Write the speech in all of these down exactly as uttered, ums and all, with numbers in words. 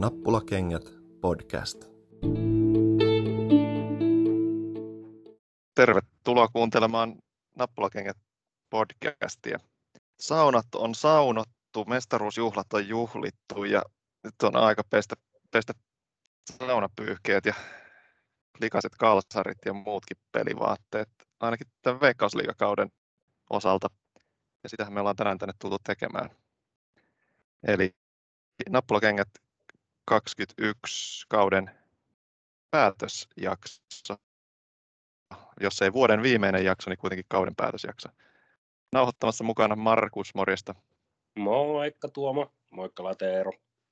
Nappulakengät podcast. Tervetuloa kuuntelemaan Nappulakengät podcastia. Saunat on saunottu, mestaruusjuhlat on juhlittu ja nyt on aika pestä, pestä saunapyyhkeet ja likaiset kalsarit ja muutkin pelivaatteet, ainakin tämän Veikkausliigakauden osalta. Ja sitähän me ollaan tänään tänne tultu tekemään. Eli Nappulakengät kaksikymmentäyksi kauden päätösjakso. Jos ei vuoden viimeinen jakso, niin kuitenkin kauden päätösjakso. Nauhoittamassa mukana Markus, morjesta. Moikka Tuomo, moikka Lateero.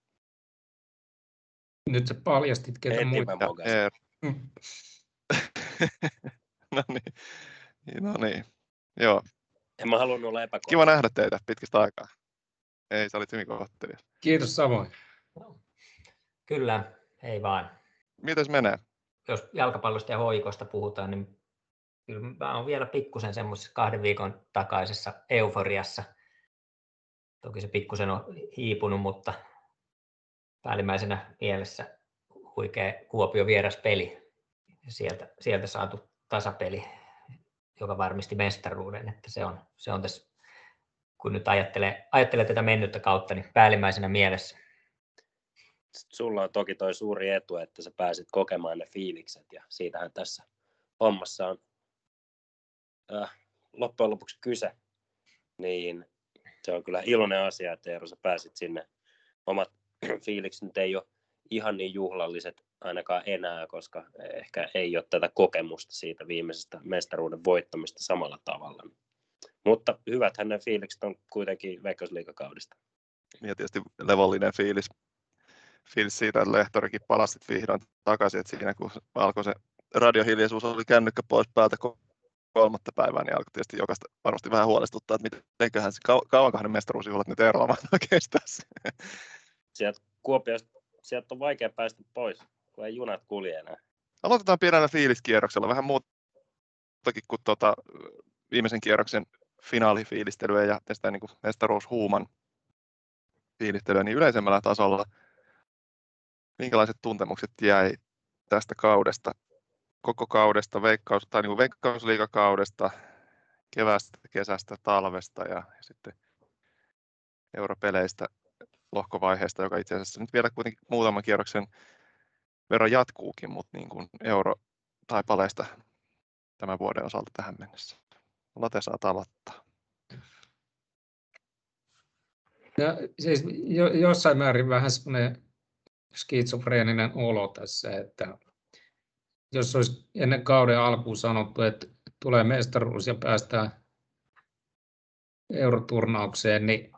Nyt sä paljastit, ketä muita. Ja no niin, no niin, joo. En mä halunnut olla epäkohta. Kiva nähdä teitä pitkistä aikaa. Ei, sä olit hyvin kohtelias. Kiitos samoin. Kyllä, ei vaan. Mites menee? Jos jalkapallosta ja hoikosta puhutaan, niin kyllä mä oon vielä pikkusen semmoisessa kahden viikon takaisessa euforiassa. Toki se pikkusen on hiipunut, mutta päällimmäisenä mielessä huikea Kuopio vieraspeli. Sieltä, sieltä saatu tasapeli, joka varmisti mestaruuden. Että se on, se on tässä, kun nyt ajattelee, ajattelee tätä mennyttä kautta, niin päällimmäisenä mielessä. Sulla on toki toi suuri etu, että sä pääsit kokemaan ne fiilikset ja siitähän tässä hommassa on äh, loppujen lopuksi kyse. Niin se on kyllä iloinen asia, että Eero, sä pääsit sinne. Omat fiilikset nyt ei ole ihan niin juhlalliset ainakaan enää, koska ehkä ei ole tätä kokemusta siitä viimeisestä mestaruuden voittamista samalla tavalla. Mutta hyväthän ne fiilikset on kuitenkin Veikkausliigakaudesta. Ja tietysti levollinen fiilis, fiilis siitä, että Lehtorikin palasi vihdoin takaisin, että siinä kun alkoi se radiohiljaisuus, oli kännykkä pois päältä kolmatta päivää, niin alkoi tietysti jokaista varmasti vähän huolestuttaa, että mitenköhän se, kauankohan ne mestaruusjuhlat nyt eroamaan kestäisi. Sieltä Kuopiosta, sieltä on vaikea päästä pois, kun ei junat kulje enää. Aloitetaan pienellä fiiliskierroksella, vähän muutakin kuin tuota, viimeisen kierroksen finaalifiilistelyä ja tästä niin kuin mestaruushuuman fiilistelyä, niin yleisemmällä tasolla minkälaiset tuntemukset jäi tästä kaudesta, koko kaudesta, veikkaus, tai niin kuin Veikkausliigakaudesta, kevästä, kesästä, talvesta ja, ja sitten europeleistä, lohkovaiheesta, joka itse asiassa nyt vielä kuitenkin muutaman kierroksen verran jatkuukin, mutta niin kuin eurotaipaleista tämän vuoden osalta tähän mennessä. Late saat aloittaa. Ja siis jo, jossain määrin vähän semmoinen skitsofreeninen olo tässä, että jos olisi ennen kauden alkuun sanottu, että tulee mestaruus ja päästään euroturnaukseen, niin,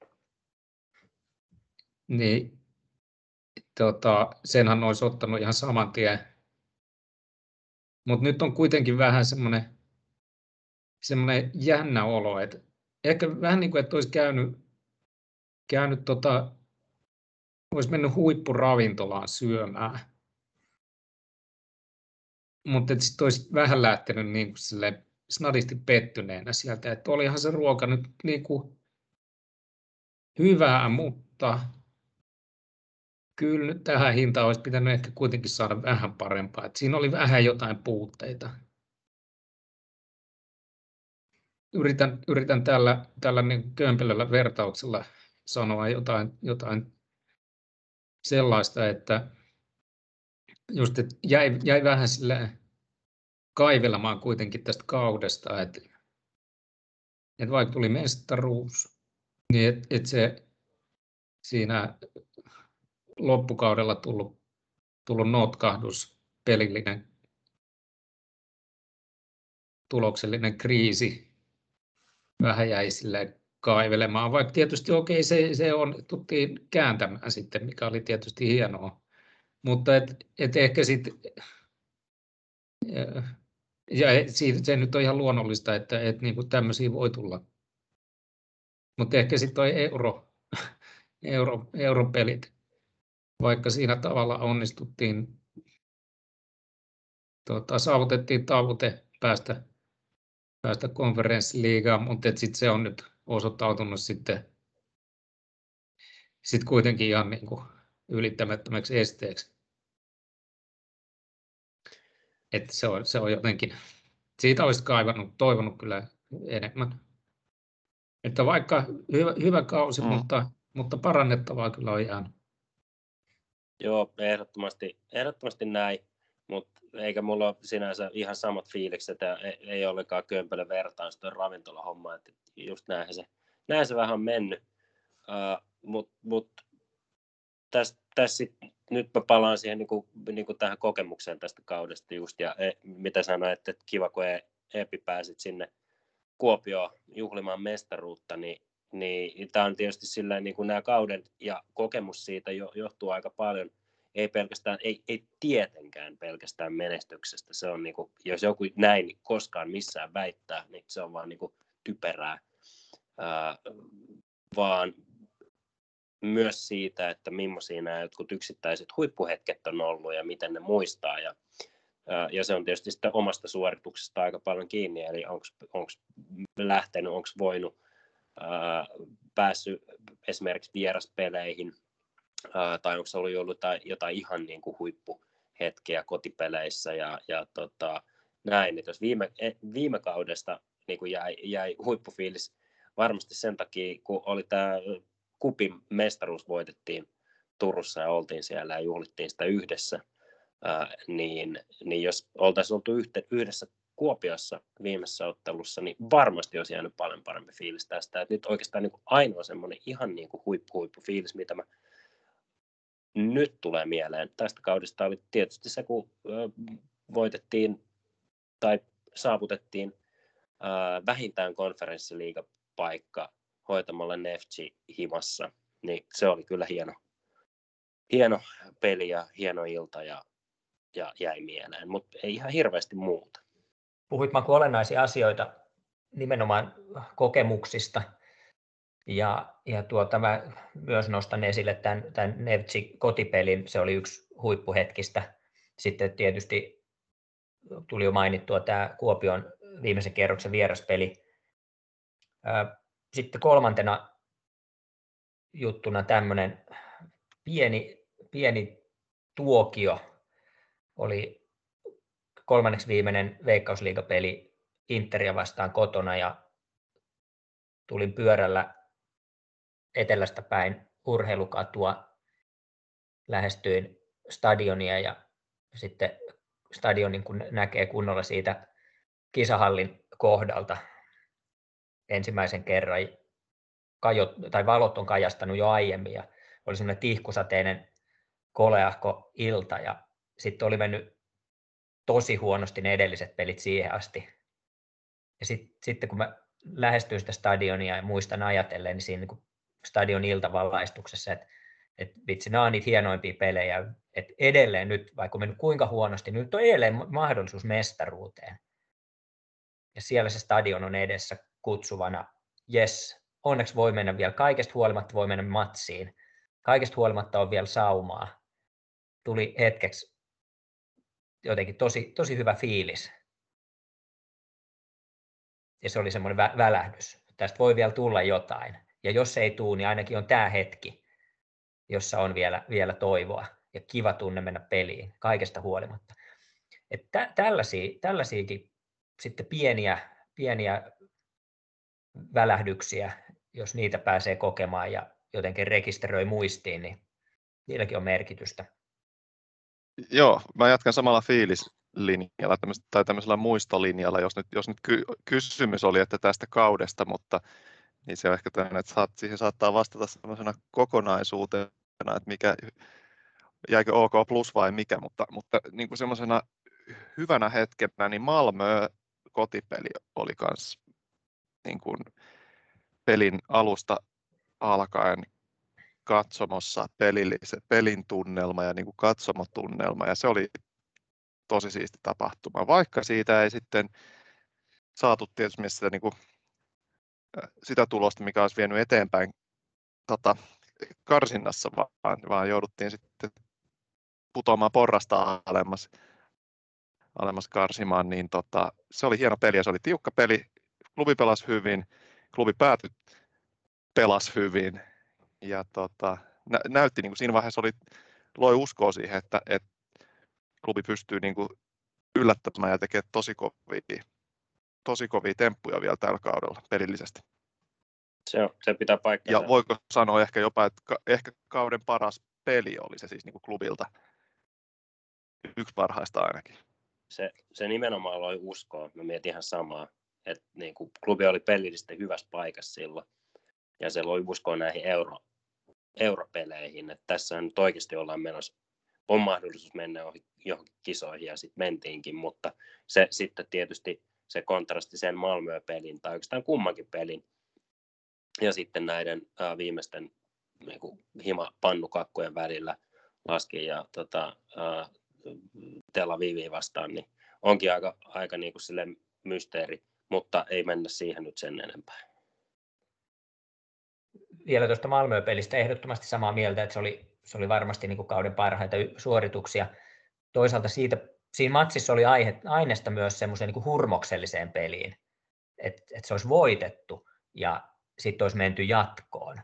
niin tota, senhän olisi ottanut ihan saman tien. Mutta nyt on kuitenkin vähän semmoinen, semmoinen jännä olo, että ehkä vähän niin kuin, että olisi käynyt, käynyt tota, olisi mennyt huippuravintolaan syömään. Mutta sitten olisi vähän lähtenyt niin kuin sille snadisti pettyneenä sieltä, että olihan se ruoka nyt niin kuin hyvää, mutta kyllä nyt tähän hintaan olisi pitänyt ehkä kuitenkin saada vähän parempaa. Et siinä oli vähän jotain puutteita. Yritän, yritän tällä, tällä niin kömpelöllä vertauksella sanoa jotain, jotain sellaista, että just, että jäi, jäi vähän sille kaivelemaan kuitenkin tästä kaudesta, että, että vaikka tuli mestaruus, niin että, että se siinä loppukaudella tullut, tullut notkahdus, pelillinen, tuloksellinen kriisi vähän jäi silleen kaivelemaan, vaikka tietysti okei, okay, se, se onnistuttiin kääntämään sitten, mikä oli tietysti hienoa, mutta et, et ehkä sitten, ja se nyt on ihan luonnollista, että et niinku tämmöisiä voi tulla, mutta ehkä sitten toi euro, euro, europelit, vaikka siinä tavalla onnistuttiin, tota, saavutettiin tavoite päästä, päästä konferenssiliigaan, mutta sitten se on nyt osoittautunut sitten sit kuitenkin ihan niin kuin ylittämättömäksi esteeksi. Että se on, se on jotenkin, siitä olisi kaivannut, toivonut kyllä enemmän. Että vaikka hyvä, hyvä kausi, mm. mutta, mutta parannettavaa kyllä on jäänyt. Joo, ehdottomasti, ehdottomasti näin, mutta eikä mulla ole sinänsä ihan samat fiilikset ja ei, ei ollenkaan kömpelö vertaan sitä ravintolahommaa, että just näinhän se, näin se vähän on mennyt, uh, mutta mut, tässä täs nyt mä palaan siihen niin kuin, niin kuin tähän kokemukseen tästä kaudesta just, ja e, mitä sanoit, että kiva kun Epi pääsit sinne Kuopioon juhlimaan mestaruutta, niin, niin tämä on tietysti sillä niin kuin nämä kauden ja kokemus siitä jo, johtuu aika paljon, ei pelkästään, ei, ei tietenkään pelkästään menestyksestä, se on niin kuin, jos joku näin koskaan missään väittää, niin se on vaan niin kuin typerää, Ää, vaan myös siitä, että millaisia nämä jotkut yksittäiset huippuhetket on ollut ja miten ne muistaa. Ja, ja se on tietysti sitä omasta suorituksesta aika paljon kiinni, eli onko lähtenyt, onko voinut ää, päässyt esimerkiksi vieraspeleihin, ää, tai onko ollut ollut jotain, jotain ihan niin kuin huippuhetkeä kotipeleissä ja, ja tota, näin. Et jos viime, viime kaudesta niin kuin jäi, jäi huippufiilis varmasti sen takia, kun oli tämä Kupin mestaruus voitettiin Turussa ja oltiin siellä ja juhlittiin sitä yhdessä, ää, niin, niin jos oltaisiin oltu yhte, yhdessä Kuopiossa viimeisessä ottelussa, niin varmasti olisi jäänyt paljon parempi fiilis tästä. Et nyt oikeastaan niin kuin ainoa semmoinen ihan niin kuin huippu, huippu fiilis, mitä mä nyt tulee mieleen tästä kaudesta, oli tietysti se, kun ää, voitettiin tai saavutettiin ää, vähintään konferenssiliigapaikka hoitamalla Neftchi himassa, niin se oli kyllä hieno, hieno peli ja hieno ilta ja, ja jäi mieleen, mutta ei ihan hirveästi muuta. Puhuit Maku olennaisia asioita nimenomaan kokemuksista ja, ja tuota, mä myös nostan esille tämän, tämän Neftchi kotipelin, se oli yksi huippuhetkistä. Sitten tietysti tuli jo mainittua tämä Kuopion viimeisen kerroksen vieraspeli. Sitten kolmantena juttuna tämmöinen pieni, pieni tuokio oli kolmanneksi viimeinen Veikkausliigapeli Interia vastaan kotona ja tulin pyörällä etelästä päin Urheilukatua, lähestyin stadionia ja sitten stadionin kun näkee kunnolla siitä kisahallin kohdalta ensimmäisen kerran, kajot, tai valot on kajastanut jo aiemmin ja oli semmoinen tihkusateinen koleahko ilta ja sitten oli mennyt tosi huonosti ne edelliset pelit siihen asti. Ja sit, sitten kun mä lähestyin sitä stadionia ja muistan ajatellen, niin siinä niin stadion iltavalaistuksessa, että et vitsi, nämä on niitä hienoimpia pelejä, että edelleen nyt, vaikka on mennyt kuinka huonosti, niin nyt on edelleen mahdollisuus mestaruuteen. Ja siellä se stadion on edessä kutsuvana, jes, onneksi voi mennä vielä, kaikesta huolimatta voi mennä matsiin, kaikesta huolimatta on vielä saumaa. Tuli hetkeksi jotenkin tosi, tosi hyvä fiilis. Ja se oli semmoinen vä- välähdys. Tästä voi vielä tulla jotain. Ja jos ei tule, niin ainakin on tämä hetki, jossa on vielä, vielä toivoa ja kiva tunne mennä peliin, kaikesta huolimatta. Että tällaisia, tällaisiakin sitten pieniä, pieniä välähdyksiä, jos niitä pääsee kokemaan ja jotenkin rekisteröi muistiin, niin niilläkin on merkitystä. Joo, mä jatkan samalla fiilislinjalla tai tämmöisellä muistolinjalla, jos nyt, jos nyt ky- kysymys oli, että tästä kaudesta, mutta niin se on ehkä tämmöinen, että saat, siihen saattaa vastata semmoisena kokonaisuutena, että mikä, jäikö OK plus vai mikä, mutta, mutta niin kuin semmoisena hyvänä hetkenä, niin Malmö kotipeli oli myös niin kuin pelin alusta alkaen katsomossa pelilliset, pelin tunnelma ja niin kuin katsomotunnelma, ja se oli tosi siisti tapahtuma, vaikka siitä ei sitten saatu tietysti sitä, niin kuin, sitä tulosta, mikä olisi vienyt eteenpäin tota, karsinnassa, vaan, vaan jouduttiin sitten putoamaan porrasta alemmas, alemmas karsimaan, niin tota, se oli hieno peli ja se oli tiukka peli, klubi pelasi hyvin, klubi päätyi pelasi hyvin, ja tota, nä- näytti, niin kuin siinä vaiheessa oli loi uskoa siihen, että, että klubi pystyy niin kuin yllättämään ja tekemään tosi kovia, tosi kovia temppuja vielä tällä kaudella pelillisesti. Se, on, se pitää paikkansa. Ja voiko sanoa ehkä jopa, että ka, ehkä kauden paras peli oli se siis niin kuin klubilta. Yksi parhaista ainakin. Se, se nimenomaan loi uskoa. Mä mietin ihan samaa, että niin kuin klubi oli pelillisesti hyvässä paikassa silloin. Ja se loi uskoa näihin euro, europeleihin. Että tässä nyt oikeasti ollaan menossa. On mahdollisuus mennä johonkin kisoihin ja sitten mentiinkin. Mutta se sitten tietysti se kontrasti sen Malmö-pelin tai oikeastaan kummankin pelin. Ja sitten näiden ää, viimeisten niin kuin hima-pannukakkojen välillä Laskin ja tota, ää, Tel Aviviin vastaan, niin onkin aika, aika niin kuin sille mysteeri, mutta ei mennä siihen nyt sen enempää. Vielä tuosta Malmö-pelistä ehdottomasti samaa mieltä, että se oli, se oli varmasti niin kuin kauden parhaita suorituksia. Toisaalta siitä, siinä matsissa oli aihe, aineesta myös semmoiseen niin kuin hurmokselliseen peliin, että, että se olisi voitettu ja sitten olisi menty jatkoon.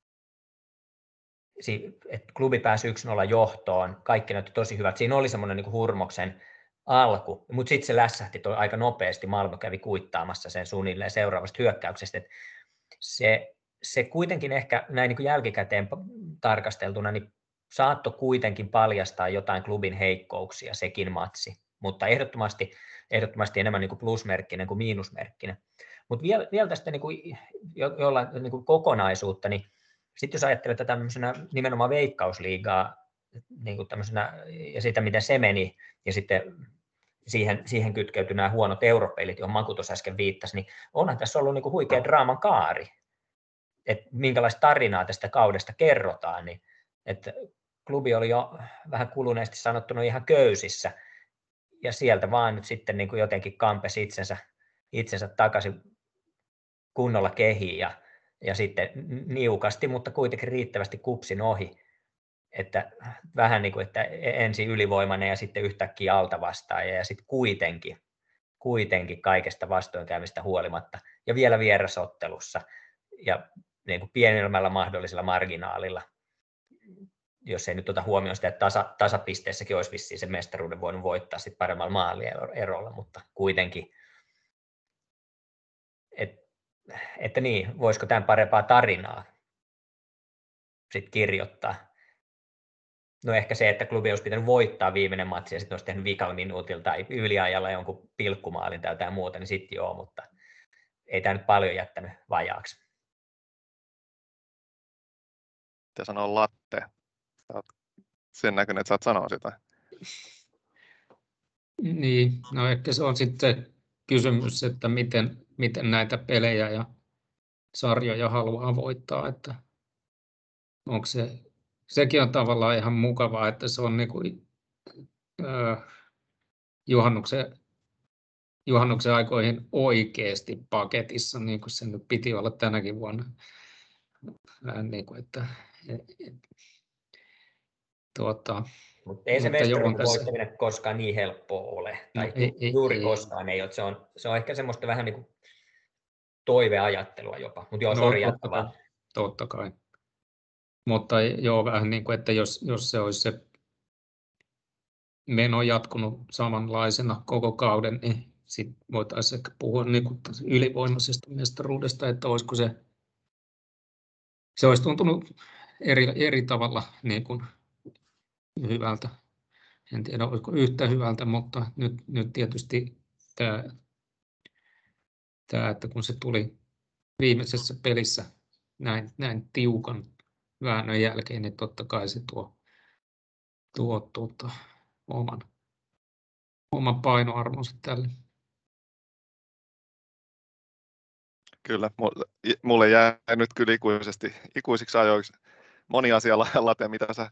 Että klubi pääsi yksi nolla johtoon, kaikki näytti tosi hyvät. Siinä oli semmoinen niin kuin hurmoksen alku, mutta sitten se lässähti aika nopeasti. Malmö kävi kuittaamassa sen suunnilleen seuraavasta hyökkäyksestä. Et se, se kuitenkin ehkä näin niin kuin jälkikäteen tarkasteltuna niin saattoi kuitenkin paljastaa jotain klubin heikkouksia sekin matsi, mutta ehdottomasti, ehdottomasti enemmän niin kuin plusmerkkinen kuin miinusmerkkinen. Mutta vielä, vielä tästä niin kuin, jo, jollain niin kuin kokonaisuutta, niin sitten jos ajattelee tätä tämmöisenä nimenomaan veikkausliigaa niin kuin tämmöisenä, ja sitä, miten se meni, ja sitten siihen, siihen kytkeytyi nämä huonot europelit, johon Maku tuossa äsken viittasi, niin onhan tässä ollut niin kuin huikea draaman kaari, että minkälaista tarinaa tästä kaudesta kerrotaan, niin että klubi oli jo vähän kuluneesti sanottuna ihan köysissä, ja sieltä vaan nyt sitten niin kuin jotenkin kampesi itsensä, itsensä takaisin kunnolla kehiin, ja ja sitten niukasti, mutta kuitenkin riittävästi kupsin ohi, että vähän niin kuin, että ensin ylivoimainen ja sitten yhtäkkiä alta vastaaja ja sitten kuitenkin, kuitenkin kaikesta vastoinkäymistä huolimatta ja vielä vierasottelussa ja niin kuin pienemmällä mahdollisella marginaalilla, jos ei nyt ota huomioon sitä, että tasa, tasapisteessäkin olisi vissiin se mestaruuden voinut voittaa sitten paremmalla maalierolla, mutta kuitenkin, että Että niin, voisiko tämän parempaa tarinaa sitten kirjoittaa? No ehkä se, että klubi olisi pitänyt voittaa viimeinen matsi ja sitten olisi tehnyt vikalla minuutilla tai yliajalla jonkun pilkkumaalin tai jotain muuta, niin sitten joo, mutta ei tämä nyt paljon jättänyt vajaaksi. Mitä sanoo latte? Olet sen näköinen, että saat sanoa sitä. Niin, no ehkä se on sitten kysymys, että miten, miten näitä pelejä ja sarjoja haluaa voittaa, että onko se, sekin on tavallaan ihan mukavaa, että se on niin kuin, äh, juhannuksen, juhannuksen aikoihin oikeasti paketissa, niin kuin se nyt piti olla tänäkin vuonna. Vähän niin kuin, että, et, et, tuota, Mutta ei se mutta joo, mestaruuden tässä- voittaminen koskaan niin helppoa ole, tai No ei- ei- juuri ei. koskaan ei ole. Se on, se on ehkä semmoista vähän niin kuin toiveajattelua jopa, mutta joo, No, sori totta jatka kai. vaan. Totta kai. Mutta joo, vähän niin kuin, että jos, jos se olisi se meno jatkunut samanlaisena koko kauden, niin sitten voitaisiin ehkä puhua niin kuin ylivoimaisesta mestaruudesta, että olisiko se, se olisi tuntunut eri, eri tavalla niin kuin hyvältä. En tiedä, olisiko yhtä hyvältä, mutta nyt, nyt tietysti tämä, tämä, että kun se tuli viimeisessä pelissä näin, näin tiukan väännön jälkeen, niin totta kai se tuo, tuo tuota, oman, oman painoarvonsa tälle. Kyllä, mulle jää nyt kyllä ikuisesti, ikuisiksi ajoiksi moni asia late, mitä sä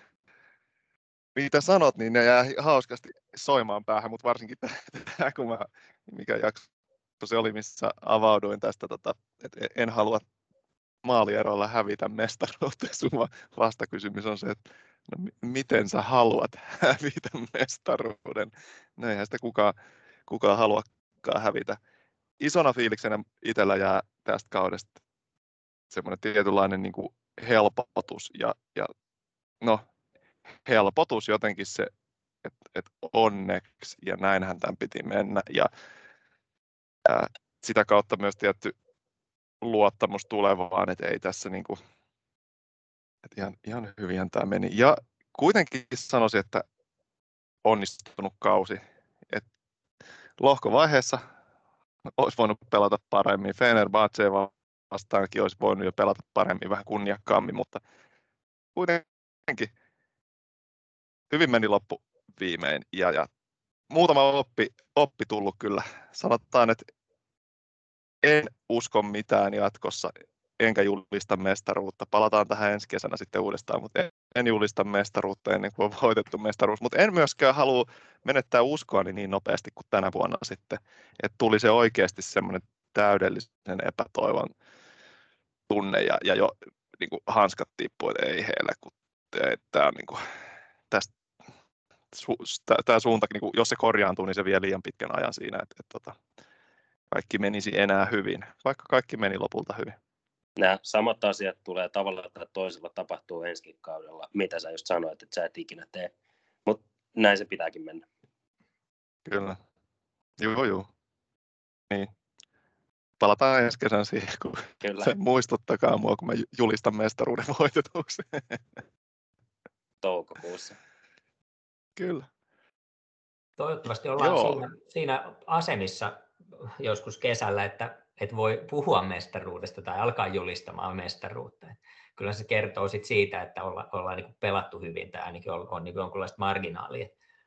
mitä sanot, niin ne jää hauskasti soimaan päähän, mutta varsinkin tämä, kun mä, mikä jakso se oli, missä avauduin tästä, tota, että en halua maalierolla hävitä mestaruutta. Sun vastakysymys on se, että no, miten sä haluat hävitä mestaruuden? No eihän sitä kukaan, kukaan haluakaan hävitä. Isona fiiliksenä itsellä jää tästä kaudesta semmoinen tietynlainen niin kuin helpotus ja, ja no, helpotus jotenkin se, että et onneksi, ja näinhän tämän piti mennä, ja ää, sitä kautta myös tietty luottamus tulevaan, että ei tässä niin kuin, että ihan, ihan hyvin tämä meni. Ja kuitenkin sanoisin, että onnistunut kausi. Et lohkovaiheessa olisi voinut pelata paremmin. Fenerbahce vastaankin olisi voinut jo pelata paremmin, vähän kunniakkaammin, mutta kuitenkin hyvin meni loppu viimein. Ja, ja muutama oppi, oppi tullut kyllä. Sanotaan, että en usko mitään jatkossa, enkä julista mestaruutta. Palataan tähän ensi kesänä sitten uudestaan, mutta en, en julista mestaruutta ennen kuin on voitettu mestaruus. Mutta en myöskään halua menettää uskoani niin nopeasti kuin tänä vuonna sitten, että tuli se oikeasti semmoinen täydellisen epätoivon tunne ja, ja jo niin kuin hanskat tippuu, että ei heillä, kun tämä on niin kuin, tästä, tämä suunta, niin kuin, jos se korjaantuu, niin se vie liian pitkän ajan siinä, että, että, että kaikki menisi enää hyvin, vaikka kaikki meni lopulta hyvin. Nämä samat asiat tulee tavalla tai toisella tapahtuu ensi kaudella, mitä sä just sanoit, että sä et ikinä tee, mutta näin se pitääkin mennä. Kyllä. Joo, joo. Niin. Palataan ensi kesän siihen, kun Kyllä. se muistuttakaa mua, kun mä julistan mestaruuden voitetuksi. Toukokuussa. Kyllä. Toivottavasti ollaan Joo. siinä, siinä asemissa joskus kesällä, että, että voi puhua mestaruudesta tai alkaa julistamaan mestaruutta. Kyllä se kertoo sit siitä, että olla, ollaan niin kuin pelattu hyvin tai ainakin on, on niin kuin jonkinlaista marginaalia.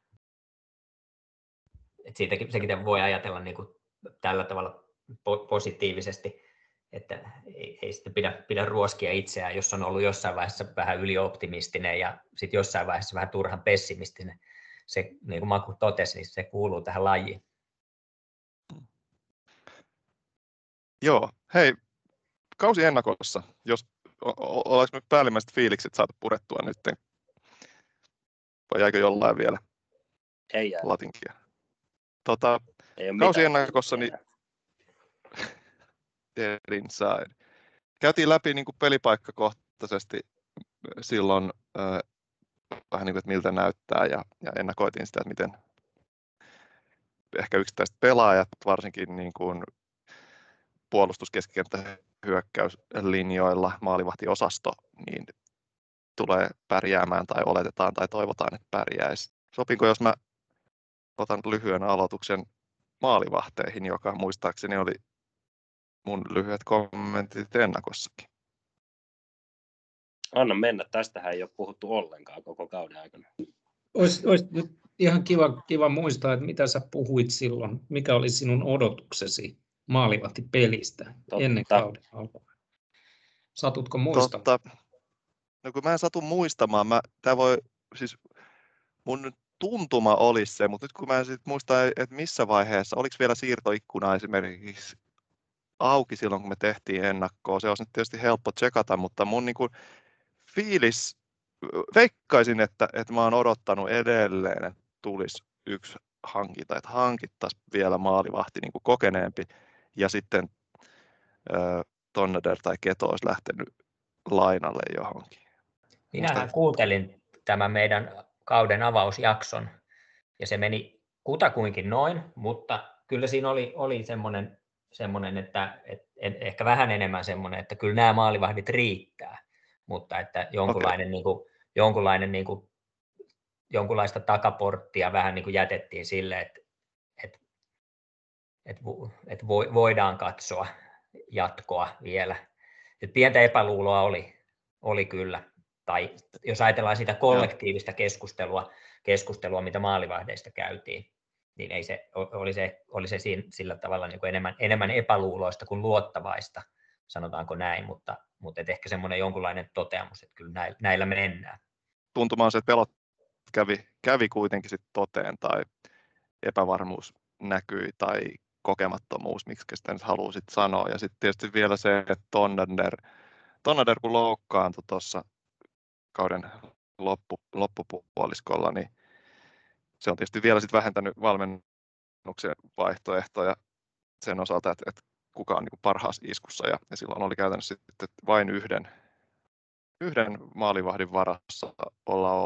Et siitäkin, sekin voi ajatella niin kuin tällä tavalla po- positiivisesti, että ei, ei sitten pidä, pidä ruoskia itseään, jos on ollut jossain vaiheessa vähän ylioptimistinen ja sitten jossain vaiheessa vähän turhan pessimistinen. Se, niin kuin Maku totesi, niin se kuuluu tähän lajiin. Joo, hei, kausi ennakossa, jos ollaanko nyt päällimmäiset fiilikset saatu purettua nyt, vai jäikö jollain vielä Ei jää. latinkia? Tota, Ei ole kausi mitään ennakossa, niin inside. Käytiin läpi niin kuin pelipaikkakohtaisesti silloin äh, vähän niin kuin, että miltä näyttää ja, ja ennakoitiin sitä, että miten ehkä yksittäiset pelaajat, varsinkin niin kuin puolustuskeskikenttä hyökkäyslinjoilla, maalivahtiosasto, niin tulee pärjäämään tai oletetaan tai toivotaan, että pärjäisi. Sopinko, jos mä otan lyhyen aloituksen maalivahteihin, joka muistaakseni oli mun lyhyet kommentit ennakossakin. Anna mennä, tästähän ei ole puhuttu ollenkaan koko kauden aikana. Olisi, olisi nyt ihan kiva, kiva muistaa, että mitä sä puhuit silloin, mikä oli sinun odotuksesi maalivahtipelistä Totta. ennen kauden alkua. Satutko muistamaan? Totta. No kun mä en satu muistamaan, mä, tää voi, siis mun tuntuma olisi se, mutta nyt kun mä en sit muista, että missä vaiheessa, oliko vielä siirtoikkuna esimerkiksi auki silloin, kun me tehtiin ennakkoa, se olisi nyt tietysti helppo tsekata, mutta mun niin kuin fiilis, veikkaisin, että, että mä oon odottanut edelleen, että tulisi yksi hankinta, että hankittaisiin vielä maalivahti niin kuin kokeneempi, ja sitten äh, Tonnader tai Keto olisi lähtenyt lainalle johonkin. Minähän kuuntelin tämän meidän kauden avausjakson, ja se meni kutakuinkin noin, mutta kyllä siinä oli, oli semmoinen, semmoinen että, että ehkä vähän enemmän semmoinen, että kyllä nämä maalivahdit riittää, mutta että jonkunlainen, okay. niin kuin, jonkunlainen niin kuin, jonkunlaista takaporttia vähän niin kuin jätettiin sille, että, että, että, että voidaan katsoa jatkoa vielä. Että pientä epäluuloa oli, oli kyllä. Tai jos ajatellaan sitä kollektiivista keskustelua, keskustelua mitä maalivahdeista käytiin, niin ei se, oli se, oli se sillä tavalla niin kuin enemmän, enemmän epäluuloista kuin luottavaista, sanotaanko näin, mutta, mutta et ehkä semmoinen jonkunlainen toteamus, että kyllä näillä, näillä mennään. Tuntumaan se, että pelot kävi, kävi kuitenkin sitten toteen, tai epävarmuus näkyi, tai kokemattomuus, miksi sitä nyt haluaa sitten sanoa. Ja sitten tietysti vielä se, että Tonnader, Tonnader kun loukkaantui tuossa kauden loppu, loppupuoliskolla, niin se on tietysti vielä sit vähentänyt valmennuksen vaihtoehtoja sen osalta, että, että kuka on niin kuin parhaassa iskussa, ja, ja silloin oli käytännössä sitten vain yhden, yhden maalivahdin varassa ollaan oltu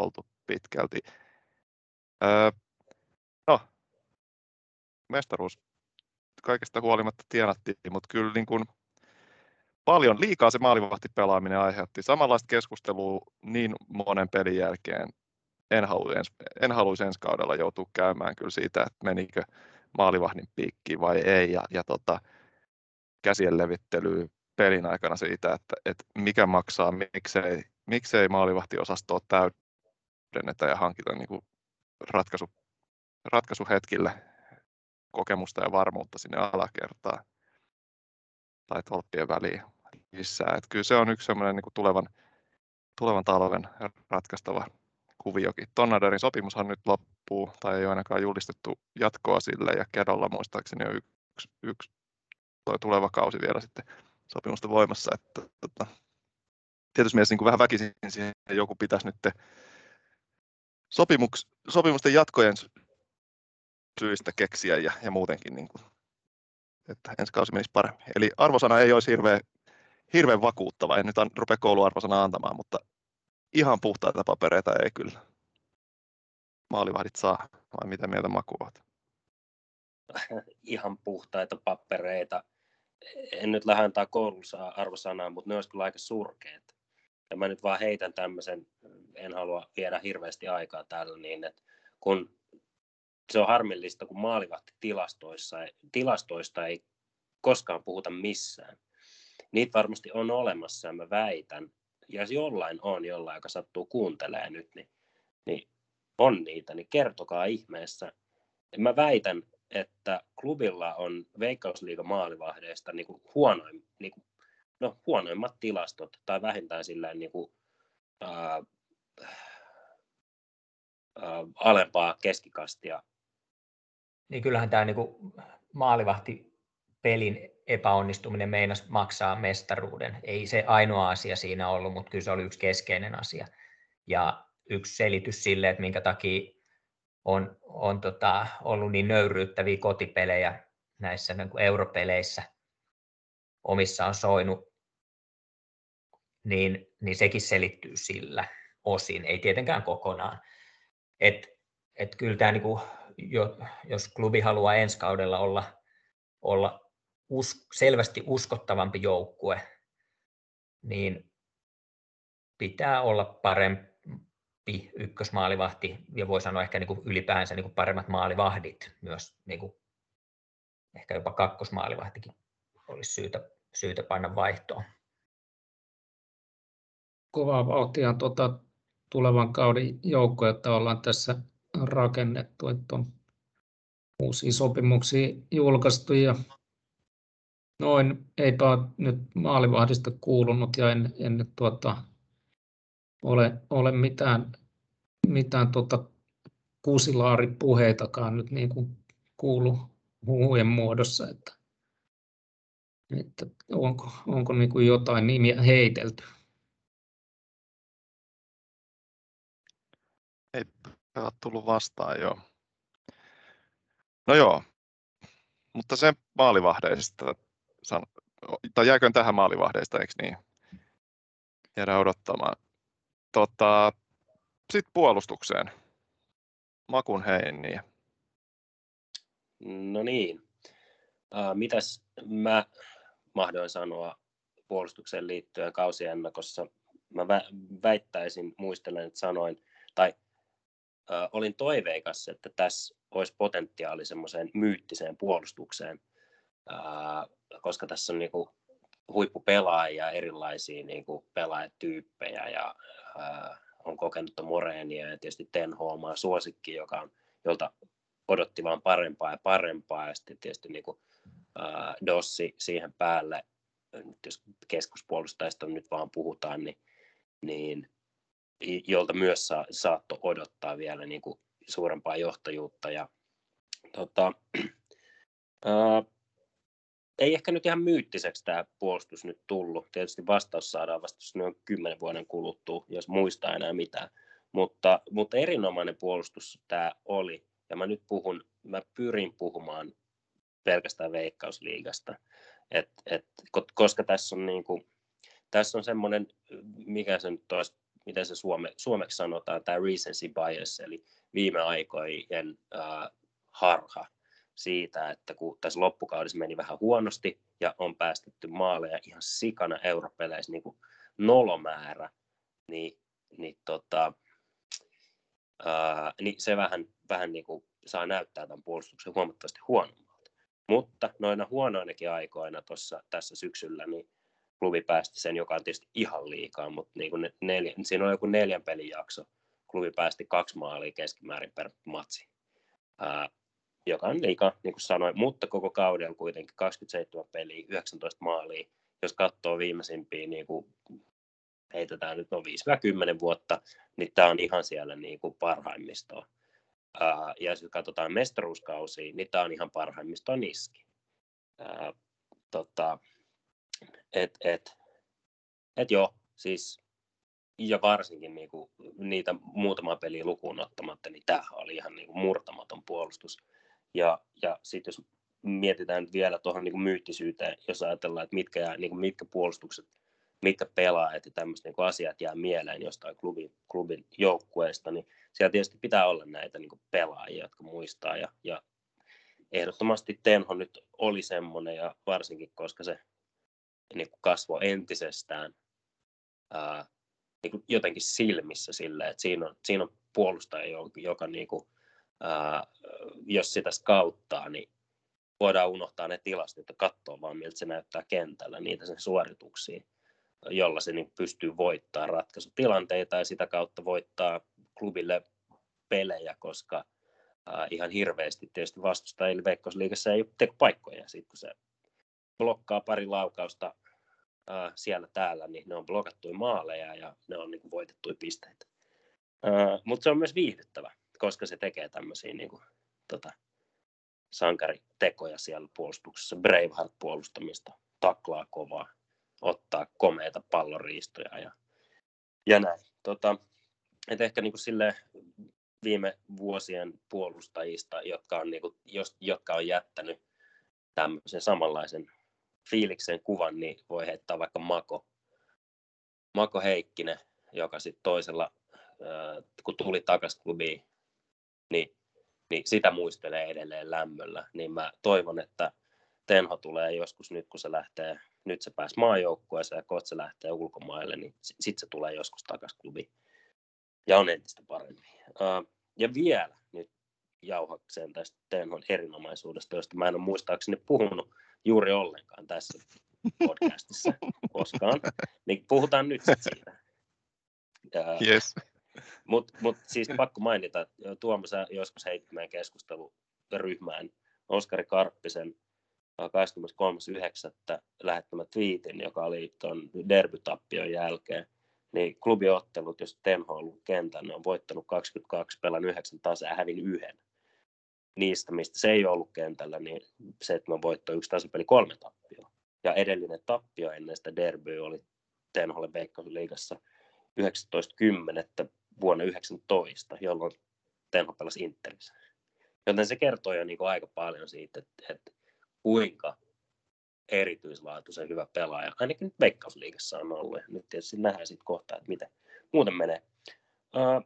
pitkälti. Öö, no, mestaruus kaikesta huolimatta tienattiin, mutta kyllä niin kuin paljon liikaa se maalivahtipelaaminen aiheutti samanlaista keskustelua niin monen pelin jälkeen. En haluaisi, en haluaisi ensi kaudella joutua käymään kyllä siitä, että menikö maalivahdin piikkiin vai ei, ja, ja tota, käsien levittelyä pelin aikana siitä, että, että mikä maksaa, miksei, miksei maalivahtiosastoa täydennetä ja hankita niin kuin ratkaisu, ratkaisuhetkille kokemusta ja varmuutta sinne alakertaan tai tolppien väliin lisää. Että kyllä se on yksi sellainen niin kuin tulevan, tulevan talven ratkaistava kuviokin. Tornaderin sopimushan nyt loppuu, tai ei ole ainakaan julistettu jatkoa sille, ja Kedolla muistaakseni on yksi, yksi toi tuleva kausi vielä sitten sopimusta voimassa. Että, että, tietysti mielessä niin kuin vähän väkisin siihen joku pitäisi nyt sopimuks, sopimusten jatkojen syistä keksiä ja, ja muutenkin, niin kuin, että ensi kausi menisi paremmin. Eli arvosana ei olisi hirveän, hirveän vakuuttava, en nyt rupea kouluarvosana antamaan, mutta ihan puhtaita papereita ei kyllä maalivahdit saa, vai mitä mieltä Maku olet? Ihan puhtaita papereita. En nyt lähde antaa koulussa arvosanaa, mutta ne olisi kyllä aika surkeat. Ja mä nyt vaan heitän tämmöisen, en halua viedä hirveästi aikaa täällä, niin että kun se on harmillista, kun maalivahtitilastoissa tilastoista ei koskaan puhuta missään. Niitä varmasti on olemassa ja mä väitän, ja jos jollain on, jollain, joka sattuu kuuntelemaan nyt, niin, niin on niitä, niin kertokaa ihmeessä. Ja mä väitän, että klubilla on Veikkausliigan maalivahdeista niin kuin huonoin, niin kuin, no, huonoimmat tilastot, tai vähintään silleen niin kuin, ää, ää, alempaa keskikastia. Niin kyllähän tämä niin kuin maalivahtipelin epäonnistuminen meinasi maksaa mestaruuden. Ei se ainoa asia siinä ollut, mutta kyllä se oli yksi keskeinen asia. Ja yksi selitys sille, että minkä takia on, on tota, ollut niin nöyryyttäviä kotipelejä näissä niin kuin europeleissä, omissa on soinut, niin, niin sekin selittyy sillä osin, ei tietenkään kokonaan. Et, et kyllä tämä, niin kuin, jos klubi haluaa ensi kaudella olla, olla us, selvästi uskottavampi joukkue, niin pitää olla parempi ykkösmaalivahti, ja voi sanoa ehkä niin kuin ylipäänsä niin kuin paremmat maalivahdit myös, niin kuin ehkä jopa kakkosmaalivahtikin olisi syytä, syytä panna vaihtoon. Kovaa vauhtia tuota tulevan kauden joukkuetta ollaan tässä rakennettu, että on uusia sopimuksia julkaistu ja noin, eipä ole nyt maalivahdista kuulunut ja en, en tuota, ole, ole mitään, mitään tuota kusilaaripuheitakaan nyt niin kuin kuulu huhujen muodossa, että, että onko, onko niin kuin jotain nimiä heitelty. Ei ole tullut vastaan, joo. No joo, mutta se maalivahdeista, tai jääkö tähän maalivahdeista, eikö niin? Jäädään odottamaan. Tota, sitten puolustukseen. Makun Heiniä. No niin. Uh, mitäs mä mahdoin sanoa puolustukseen liittyen kausiennakossa? Mä vä- väittäisin, muistelen, että sanoin, tai uh, olin toiveikas, että tässä olisi potentiaali semmoiseen myyttiseen puolustukseen, uh, koska tässä on niinku huippupelaajia, erilaisia niinku pelaajatyyppejä ja uh, on kokenutta Moreenia ja tietysti Tenholmaa suosikki, joka on, jolta odotti vaan parempaa ja parempaa, ja sitten tietysti niin kuin, ää, Dossi siihen päälle, nyt jos keskuspuolustajista nyt vaan puhutaan, niin, niin jolta myös sa, saattoi odottaa vielä niin kuin suurempaa johtajuutta. Ja, tota, ää, ei ehkä nyt ihan myyttiseksi tämä puolustus nyt tullut. Tietysti vastaus saadaan vasta noin kymmenen vuoden kuluttua, jos muistaa enää mitään. Mutta, mutta erinomainen puolustus tämä oli. Ja mä nyt puhun, mä pyrin puhumaan pelkästään Veikkausliigasta, et, et, koska tässä on, niinku, tässä on semmoinen, mikä se nyt olisi miten se suome, suomeksi sanotaan, tämä recency bias, eli viime aikojen äh, harha siitä, että kun tässä loppukaudessa meni vähän huonosti ja on päästetty maaleja ihan sikana europeleissä niin kuin nolomäärä, niin, niin, tota, ää, niin se vähän, vähän niin kuin saa näyttää tämän puolustuksen huomattavasti huonommalta. Mutta noina huonoinakin aikoina tossa, tässä syksyllä niin klubi päästi sen, joka on tietysti ihan liikaa, mutta niin kuin neljä, siinä on joku neljän pelin jakso. Klubi päästi kaksi maalia keskimäärin per matsi. Ää, joka on liikaa, niin kuin sanoin, mutta koko kaudella kuitenkin kaksikymmentäseitsemän peliä, yhdeksäntoista maalia. Jos katsoo viimeisimpiä, niin kuin heitetään nyt no viisi kymmenen vuotta, niin tämä on ihan siellä niin kuin parhaimmistoa. Ää, ja jos katsotaan mestaruuskausia, niin tämä on ihan parhaimmistoa niski. Ää, tota, et, et, et joo, siis ja varsinkin niin kuin, niitä muutamaa peliä lukuun ottamatta, niin tämähän oli ihan niin kuin murtamaton puolustus. Ja, ja sitten jos mietitään vielä tuohon niin kuin myyttisyyteen, jos ajatellaan, että mitkä, jää, niin kuin mitkä puolustukset, mitkä pelaajat ja tämmöiset niin kuin asiat jää mieleen jostain klubin, klubin joukkueesta, niin siellä tietysti pitää olla näitä niin kuin pelaajia, jotka muistaa. Ja, ja ehdottomasti Tenho nyt oli semmoinen, ja varsinkin koska se niin kuin kasvoi entisestään ää, niin kuin jotenkin silmissä silleen, että siinä on, siinä on puolustaja, joka, joka niin kuin, ää, jos sitä skauttaa, niin voidaan unohtaa ne tilastot ja katsoa vaan, miltä se näyttää kentällä, niitä sen suorituksia, jolla se niin pystyy voittamaan ratkaisutilanteita ja sitä kautta voittaa klubille pelejä, koska ää, ihan hirveästi tietysti vastustajille Veikkausliigassa ei ole tekopaikkoja. Sitten kun se blokkaa pari laukausta ää, siellä täällä, niin ne on blokattuja maaleja ja ne on niin kuin voitettuja pisteitä. Ää, mutta se on myös viihdyttävä, koska se tekee tämmöisiä niin kuin, tota, sankaritekoja siellä puolustuksessa, Braveheart-puolustamista, taklaa kovaa, ottaa komeita palloriistoja ja, ja näin. Tota, et ehkä niin kuin silleen viime vuosien puolustajista, jotka on, niin kuin, jos, jotka on jättänyt tämmöisen samanlaisen fiiliksen kuvan, niin voi heittää vaikka Mako, Mako Heikkinen, joka sitten toisella, äh, kun tuli takaisin klubiin, niin, niin sitä muistelee edelleen lämmöllä. Niin mä toivon, että Tenho tulee joskus nyt, kun se lähtee, nyt se pääsi maajoukkueeseen ja kohta se lähtee ulkomaille, niin sitten sit se tulee joskus takaisin klubiin. Ja on entistä paremmin. Uh, ja vielä nyt jauhakseen tästä Tenhon erinomaisuudesta, josta mä en ole muistaakseni puhunut juuri ollenkaan tässä podcastissa koskaan. Niin puhutaan nyt sit siitä. Uh, Yes. Mutta mut siis pakko mainita, että Tuomo, sä joskus heitit meidän keskusteluryhmään Oskari Karppisen kahdeskymmeneskolmas yhdeksättä lähettämä twiitin, joka oli tuon derbytappion jälkeen. Niin klubiottelut, jos Tenho on ollut kentällä, ne on voittanut kaksikymmentäkaksi, pelannut yhdeksän tasea ja hävin yhden. Niistä, mistä se ei ollut kentällä, niin seitsemän voittoa, yksi tasapeli, kolme tappioa. Ja edellinen tappio ennen sitä derbyä oli Tenholle Veikkausliigassa yhdeksästoista kymmenettä vuonna yhdeksäntoista, jolloin Tenho pelasi Interissä. Joten se kertoo jo niin kuin aika paljon siitä, että, että kuinka erityislaatuisen hyvä pelaaja, ainakin nyt Veikkausliigassa on ollut. Ja nyt tietysti nähdään sitten kohtaa, että miten muuten menee. Uh,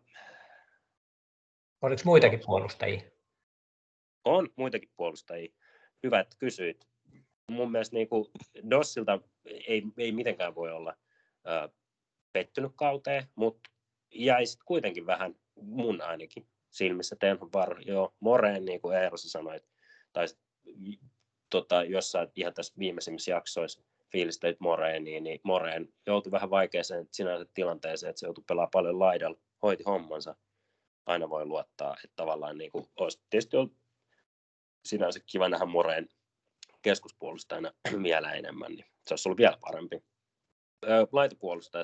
Oliko muitakin puolustajia? On muitakin puolustajia. Hyvä, että kysyit. Mun mielestä niin kuin Dossilta ei, ei mitenkään voi olla uh, pettynyt kauteen, mutta jäi sitten kuitenkin vähän mun ainakin silmissä Tenhon var. Joo, Moreen, niin kuin Eerossa sanoi, tai tota, jossain ihan tässä viimeisimmissä jaksoissa fiilistelyt Moreeniin, niin Moreen joutui vähän vaikeaseen sinänsä tilanteeseen, että se joutui pelaamaan paljon laidalla, hoiti hommansa. Aina voi luottaa, että tavallaan niin kuin, olisi tietysti ollut sinänsä kiva nähdä Moreen keskuspuolustajana vielä enemmän, niin se olisi ollut vielä parempi. Laitapuolustajat,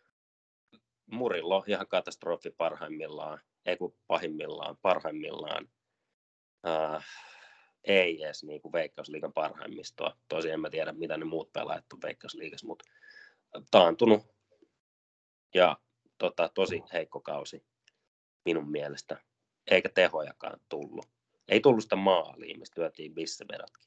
Murillo ihan katastrofi parhaimmillaan, ei kun pahimmillaan, parhaimmillaan. Uh, ei edes niin kuin Veikkausliigan parhaimmistoa. Tosin en mä tiedä, mitä ne muut pelaajat on Veikkausliigassa, mutta taantunut ja tota, tosi heikko kausi minun mielestä. Eikä tehojakaan tullut. Ei tullut sitä maalia, mistä lyötiin bissevedotkin.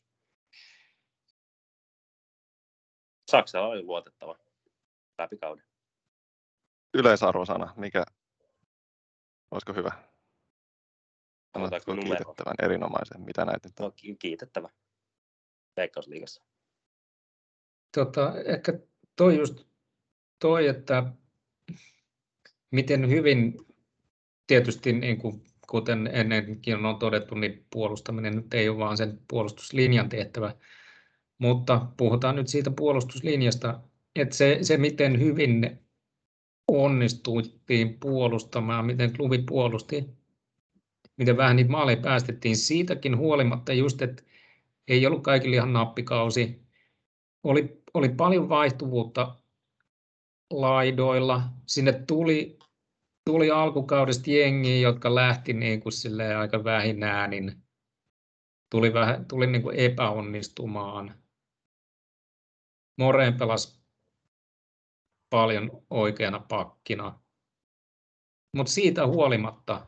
Saksala oli luotettava läpi kauden. yleisarvosana, mikä, olisiko hyvä? Sanotaanko Annatko numero? kiitettävän, erinomaisen, mitä näitä nyt on? No, ki- kiitettävä. Veikkausliigassa. Tota, ehkä toi just toi, että miten hyvin tietysti niin kuin, kuten ennenkin on todettu, niin puolustaminen nyt ei ole vaan sen puolustuslinjan tehtävä, mutta puhutaan nyt siitä puolustuslinjasta, että se, se miten hyvin onnistuttiin puolustamaan, miten klubi puolusti, miten vähän niitä maaleja päästettiin, siitäkin huolimatta just, että ei ollut kaikille ihan nappikausi, oli, oli paljon vaihtuvuutta laidoilla, sinne tuli, tuli alkukaudesta jengiä, jotka lähti niin kuin silleen aika vähin äänin, tuli, vähän, tuli niin kuin epäonnistumaan. Moreen pelasi paljon oikeana pakkina, mutta siitä huolimatta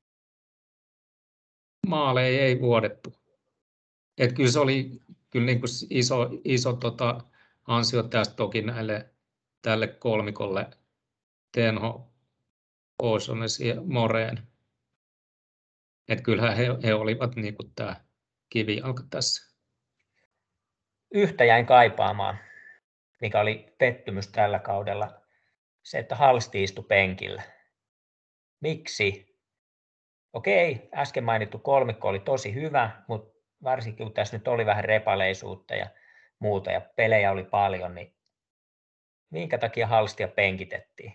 maaleja ei vuodettu. Et kyllä se oli kyllä niin kuin iso, iso tota, ansio tästä toki näille, tälle kolmikolle, Tenho, O'Shaughnessy ja Moreen. Et kyllähän he, he olivat niin kuin tämä kivijalka tässä. Yhtä jäin kaipaamaan, mikä oli pettymys tällä kaudella, se, että Halsti istui penkillä. Miksi? Okei, äsken mainittu kolmikko oli tosi hyvä, mutta varsinkin kun tässä nyt oli vähän repaleisuutta ja muuta ja pelejä oli paljon, niin minkä takia Halstia penkitettiin?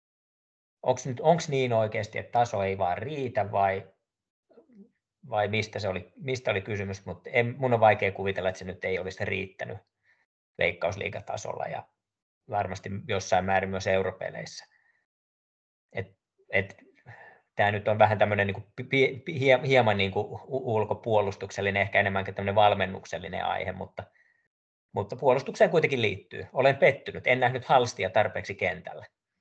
Onko niin oikeasti, että taso ei vaan riitä vai, vai mistä, se oli, mistä oli kysymys, mutta en, mun on vaikea kuvitella, että se nyt ei olisi riittänyt Veikkausliigatasolla ja varmasti jossain määrin myös europeleissä. Et, et, tämä nyt on vähän tämmöinen niin kuin, hieman niin kuin ulkopuolustuksellinen, ehkä enemmänkin tämmöinen valmennuksellinen aihe, mutta, mutta puolustukseen kuitenkin liittyy. Olen pettynyt, en nähnyt Halstia tarpeeksi kentällä.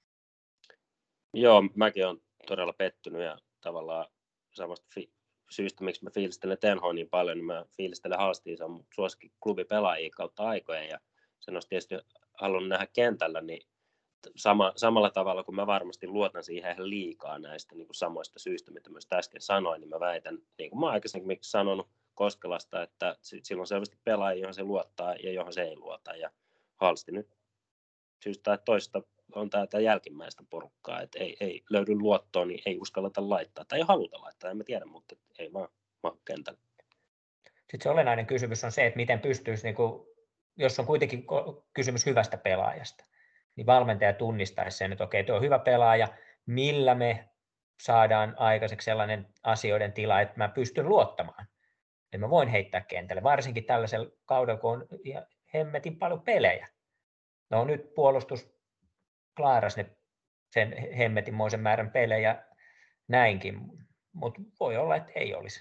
Joo, mäkin olen todella pettynyt ja tavallaan samasta fi- syystä, miksi mä fiilistelen Tenhoa niin paljon, niin mä fiilistelen Halstia, se on mun suosikin klubipelaajia kautta aikojen ja sen olisi tietysti halunnut nähdä kentällä, niin Sama, samalla tavalla kuin mä varmasti luotan siihen ihan liikaa näistä niin kuin samoista syistä, mitä myös äsken sanoin, niin mä väitän, niin kuin mä aikaisemmin sanonut Koskelasta, että silloin on selvästi pelaaja, johon se luottaa ja johon se ei luota. Ja Halsti nyt syystä tai toista on tätä jälkimmäistä porukkaa, että ei, ei löydy luottoa, niin ei uskalleta laittaa tai ei haluta laittaa, en mä tiedä, mutta ei vaan mahu kentällä. Sitten se olennainen kysymys on se, että miten pystyisi, niin kuin, jos on kuitenkin kysymys hyvästä pelaajasta, niin valmentaja tunnistaisi sen, että okei, tuo on hyvä pelaaja, millä me saadaan aikaiseksi sellainen asioiden tila, että mä pystyn luottamaan, että mä voin heittää kentälle, varsinkin tällaisella kaudella, kun on hemmetin paljon pelejä. No nyt puolustus klaaras ne sen hemmetinmoisen määrän pelejä näinkin, mutta voi olla, että ei olisi.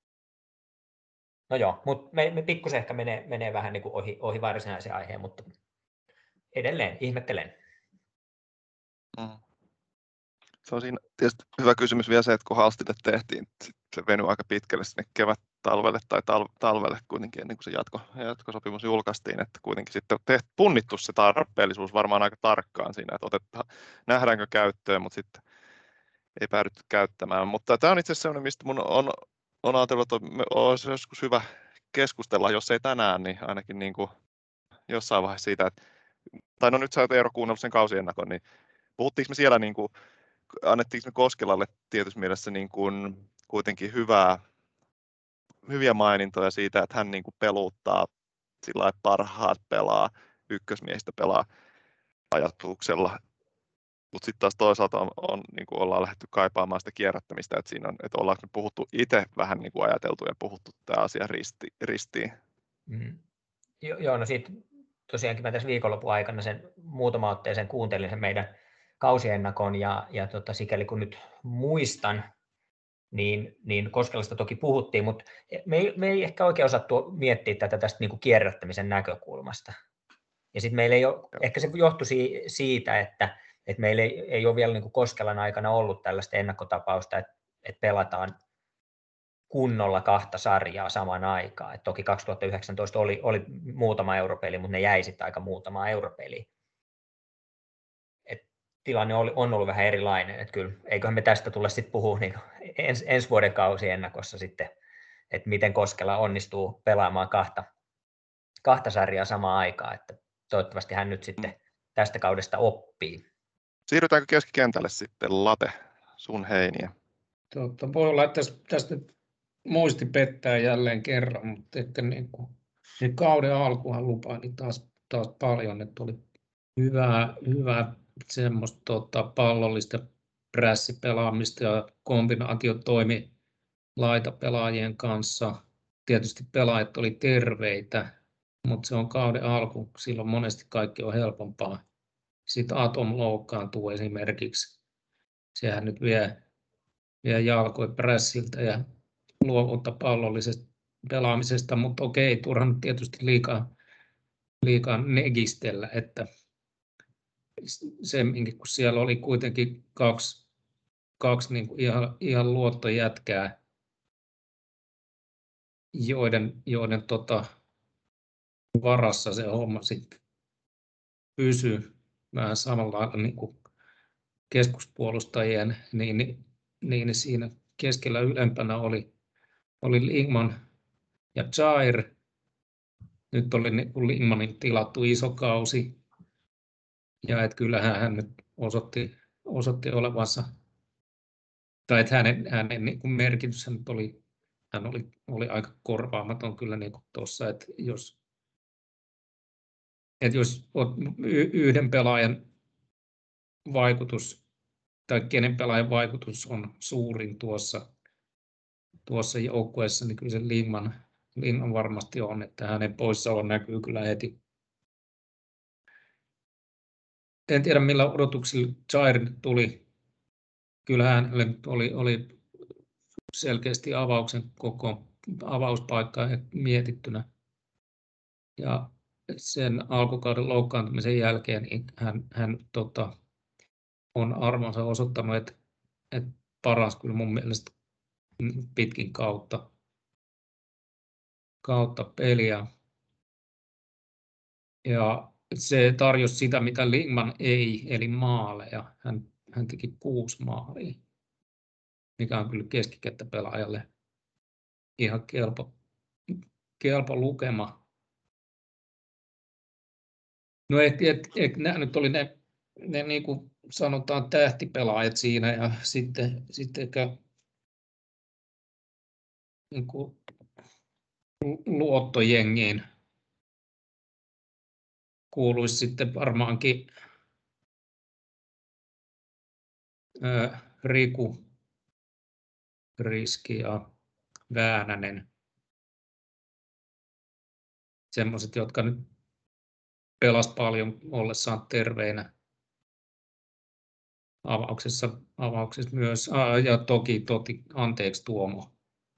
No joo, mutta me, me pikkusen ehkä menee, menee vähän niin kuin ohi, ohi varsinaisen aiheen, mutta edelleen ihmettelen. Mm. Se on siinä tietysti hyvä kysymys vielä se, että kun Halstille tehtiin, se venyi aika pitkälle sinne kevät-talvelle tai tal- talvelle kuitenkin ennen kuin se jatko, jatkosopimus julkaistiin, että kuitenkin sitten tehty, punnittu se tarpeellisuus varmaan aika tarkkaan siinä, että otetta, nähdäänkö käyttöön, mutta sitten ei päädytty käyttämään. Mutta tämä on itse asiassa sellainen, mistä mun on, on ajatellut, että olisi joskus hyvä keskustella, jos ei tänään, niin ainakin niin kuin jossain vaiheessa siitä, että, tai no nyt sä oot Eero kuunnellut sen kausiennakon, niin puhuttiinko me siellä niin kuin, annettiinko me Koskelalle tietyssä mielessä niin kuin kuitenkin hyvää, hyviä mainintoja siitä, että hän niin kuin peluuttaa sillä lailla, että parhaat pelaa, ykkösmiehistä pelaa ajatuksella. Mutta sitten taas toisaalta on, on, niin kuin ollaan lähdetty kaipaamaan sitä kierrättämistä, että siinä on, että ollaanko me puhuttu itse vähän niin kuin ajateltu ja puhuttu tämä asia risti, ristiin. Mm. Jo, joo, no sitten tosiaankin mä tässä viikonlopun aikana sen muutama otteeseen kuuntelin sen meidän kausiennakon ja, ja tota, sikäli kun nyt muistan, niin, niin Koskelasta toki puhuttiin, mutta me ei, me ei ehkä oikein osattu miettiä tätä tästä niin kuin kierrättämisen näkökulmasta. Ja sitten meillä ei ole, Joo. ehkä se johtui siitä, että, että meillä ei, ei ole vielä niin kuin Koskelan aikana ollut tällaista ennakkotapausta, että, että pelataan kunnolla kahta sarjaa samaan aikaan. Et toki kaksituhattayhdeksäntoista oli, oli muutama europeli, mutta ne jäi sitten aika muutama europeli. Et tilanne on ollut vähän erilainen. Että kyllä, eiköhän me tästä tulla sitten puhua niin ens, ensi vuoden kausi ennakossa sitten, että miten Koskela onnistuu pelaamaan kahta, kahta sarjaa samaan aikaan. Että toivottavasti hän nyt sitten tästä kaudesta oppii. Siirrytäänkö keskikentälle sitten, Late, sun heiniä? Totta, voi olla, että tästä muisti pettää jälleen kerran, mutta ehkä niin kuin, niin kauden alkuhan lupaili taas, taas paljon, että oli hyvää, hyvää semmoista tota, pallollista prässipelaamista ja kombinaatio toimi laitapelaajien kanssa. Tietysti pelaajat oli terveitä, mutta se on kauden alku, silloin monesti kaikki on helpompaa. Sitten Atom loukkaantuu esimerkiksi. Sehän nyt vie, vie jalkoja prässiltä ja luovutta pallollisesta pelaamisesta, mutta okei, turhan tietysti liikaa, liikaa negistellä, että semminkin, kun siellä oli kuitenkin kaksi, kaksi niin kuin ihan, ihan luottojätkää, joiden, joiden tota, varassa se homma sitten pysyi vähän samalla lailla niin kuin keskuspuolustajien, niin, niin, niin siinä keskellä ylempänä oli, oli Lingman ja Jair. Nyt oli niin kuin Lingmanin tilattu iso kausi, ja että kyllähän hän nyt osoitti, osoitti olevansa, tai että hänen, hänen niin kuin merkitys nyt oli, hän oli, oli aika korvaamaton kyllä niin kuin tuossa, että jos, että jos yhden pelaajan vaikutus, tai kenen pelaajan vaikutus on suurin tuossa, tuossa joukkueessa, niin kyllä se Lingman, Lingman varmasti on, että hänen poissaolo näkyy kyllä heti. En tiedä millä odotuksilla Jair tuli. Kyllähän hänelle oli, oli selkeästi avauksen koko avauspaikka mietittynä. Ja sen alkukauden loukkaantumisen jälkeen niin hän, hän tota, on armonsa osoittanut, että, että paras kyllä mun mielestä pitkin kautta, kautta peliä. Ja se tarjosi sitä, mitä Lingman ei, eli maaleja. Hän, hän teki kuusi maalia, mikä on kyllä keskikenttäpelaajalle ihan kelpo, kelpo lukema. No et, et, et, nämä nyt oli ne, ne niin kuin sanotaan tähtipelaajat siinä, ja sitten, sitten ehkä niin kuin luottojengiin kuuluisi sitten varmaankin ää, Riku, Riski ja Väänänen. Semmoiset, jotka nyt pelas paljon ollessaan terveinä avauksessa, avauksessa myös. Ah, ja toki, toki, anteeksi Tuomo.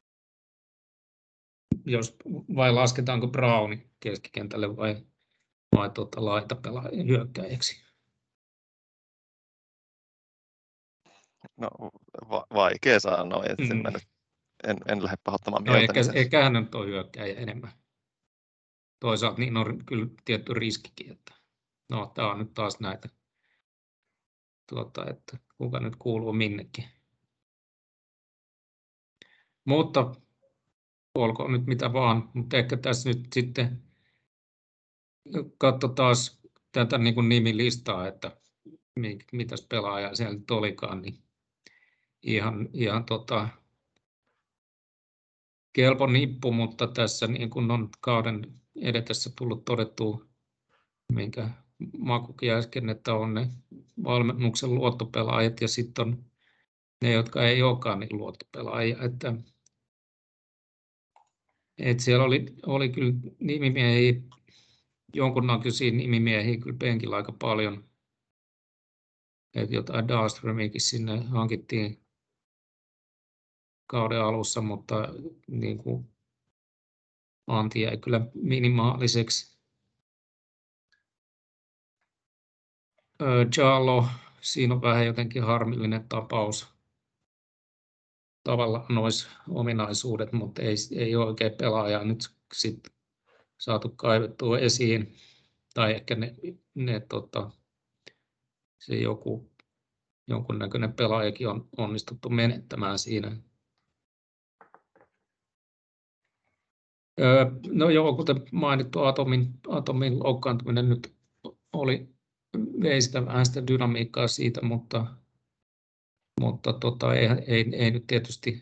Jos, vai lasketaanko Browni keskikentälle vai, vai tuota, laitapelaajan hyökkäjäksi? No va- vaikea sanoa, että Mm. mä nyt en, en lähde pahoittamaan No mieltä. ehkä, ehkä hän nyt on hyökkäjä enemmän. Toisaalta niin on kyllä tietty riskikin, että no tämä on nyt taas näitä, tuota, että kuka nyt kuuluu minnekin. Mutta olkoon nyt mitä vaan, mutta ehkä tässä nyt sitten katso taas tätä niin kuin nimilistaa, että mitäs pelaajaa siellä nyt olikaan, niin ihan, ihan tota, kelpo nippu, mutta tässä niin kuin on kauden edetessä tullut todettua, minkä Makukin äsken, että on ne valmennuksen luottopelaajat ja sitten on ne, jotka ei olekaan niin luottopelaajia. Että, että siellä oli, oli kyllä nimimiehiä, jonkunnäköisiä nimimiehiä kyllä penkillä aika paljon. Että jotain Dahlströmiäkin sinne hankittiin kauden alussa, mutta niin kuin anti jäi kyllä minimaaliseksi. Jallo, siinä on vähän jotenkin harmillinen tapaus. Tavallaan nois ominaisuudet, mutta ei, ei ole oikein pelaajaa nyt sit saatu kaivettua esiin. Tai ehkä ne, ne tota, se joku jonkunnäköinen pelaajakin on onnistuttu menettämään siinä. No joo, kuten mainittu, Atomin, Atomin loukkaantuminen nyt oli, vei sitä vähän sitä dynamiikkaa siitä, mutta, mutta tota, ei, ei, ei nyt tietysti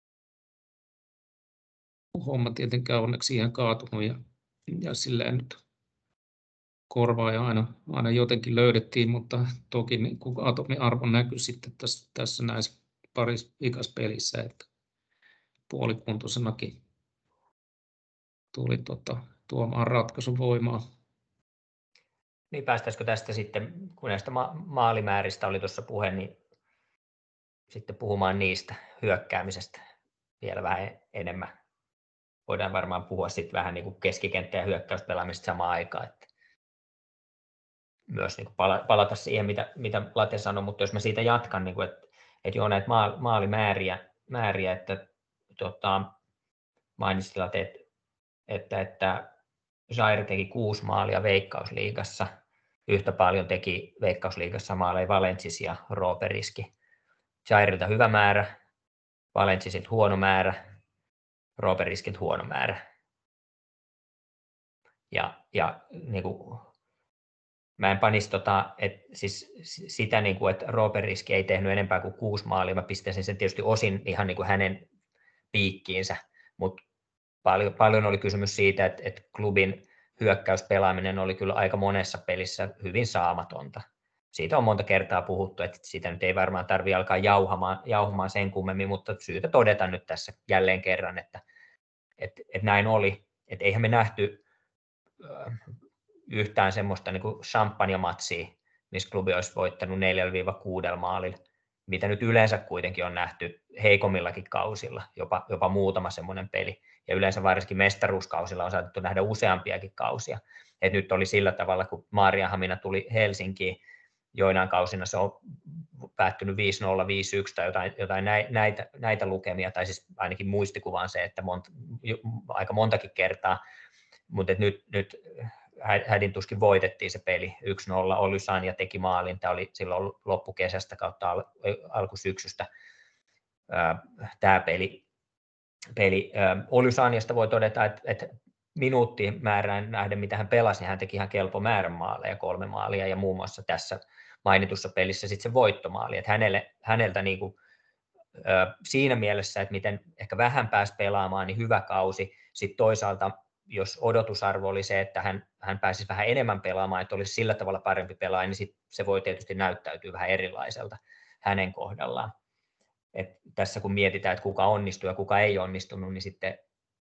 homma tietenkään onneksi siihen kaatunut ja, ja silleen nyt korvaaja aina, aina jotenkin löydettiin, mutta toki niin kuin Atomin arvo näkyi sitten tässä, tässä näissä parissa vikas pelissä, että puolikuntoisenakin tuli tota, tuomaan ratkaisuvoimaa. Niin päästäisikö tästä sitten, kun näistä ma- maalimääristä oli tuossa puhe, niin sitten puhumaan niistä hyökkäämisestä vielä vähän enemmän. Voidaan varmaan puhua sitten vähän niin kuin keskikenttä- ja hyökkäyspelaamista samaan aikaan. Että myös niin kuin palata siihen, mitä, mitä Late sanoi, mutta jos mä siitä jatkan, niin kuin, että, että joo, näitä maalimääriä, määriä, että tota, mainitsit Late, että, että, että Zaire teki kuusi maalia Veikkausliigassa, yhtä paljon teki Veikkausliigassa maaleja Valensis ja Rooperiski. Zairilta hyvä määrä, Valensisilta huono määrä, Rooperiskilta huono määrä. Ja, ja niin kuin, mä en panisi tota, et, siis, sitä, niin kuin, että Rooperiski ei tehnyt enempää kuin kuusi maalia. Mä pistäisin sen tietysti osin ihan niin kuin hänen piikkiinsä, mutta paljon, paljon oli kysymys siitä, että, että klubin hyökkäyspelaaminen oli kyllä aika monessa pelissä hyvin saamatonta. Siitä on monta kertaa puhuttu, että sitä nyt ei varmaan tarvitse alkaa jauhamaan, jauhamaan sen kummemmin, mutta syytä todeta nyt tässä jälleen kerran, että, että, että näin oli. Että eihän me nähty yhtään semmoista niin kuin champagnematsia, missä klubi olisi voittanut neljällä kuudella maalilla, mitä nyt yleensä kuitenkin on nähty heikommillakin kausilla, jopa, jopa muutama semmoinen peli. Ja yleensä varsinkin mestaruuskausilla on saatettu nähdä useampiakin kausia. Et nyt oli sillä tavalla, kun Maarianhamina tuli Helsinkiin, joinain kausina se on päättynyt viisi nolla, viisi yksi tai jotain, jotain näitä, näitä lukemia, tai siis ainakin muistikuvaan se, että monta, aika montakin kertaa, mutta nyt, nyt hädin tuskin voitettiin se peli yksi nolla, Olli Sanja teki maalin, tämä oli silloin loppukesästä kautta al, alkusyksystä tämä peli. peli. Olli Sanjasta voi todeta, että, että minuuttimäärään nähden, mitä hän pelasi, hän teki ihan kelpo määrän maaleja, kolme maalia, ja muun muassa tässä mainitussa pelissä sitten se voittomaali, että hänelle, häneltä niin kuin, siinä mielessä, että miten ehkä vähän pääsi pelaamaan, niin hyvä kausi, sitten toisaalta jos odotusarvo oli se, että hän, hän pääsisi vähän enemmän pelaamaan, että olisi sillä tavalla parempi pelaaja, niin sit se voi tietysti näyttäytyä vähän erilaiselta hänen kohdallaan. Et tässä kun mietitään, että kuka onnistuu ja kuka ei onnistunut, niin sitten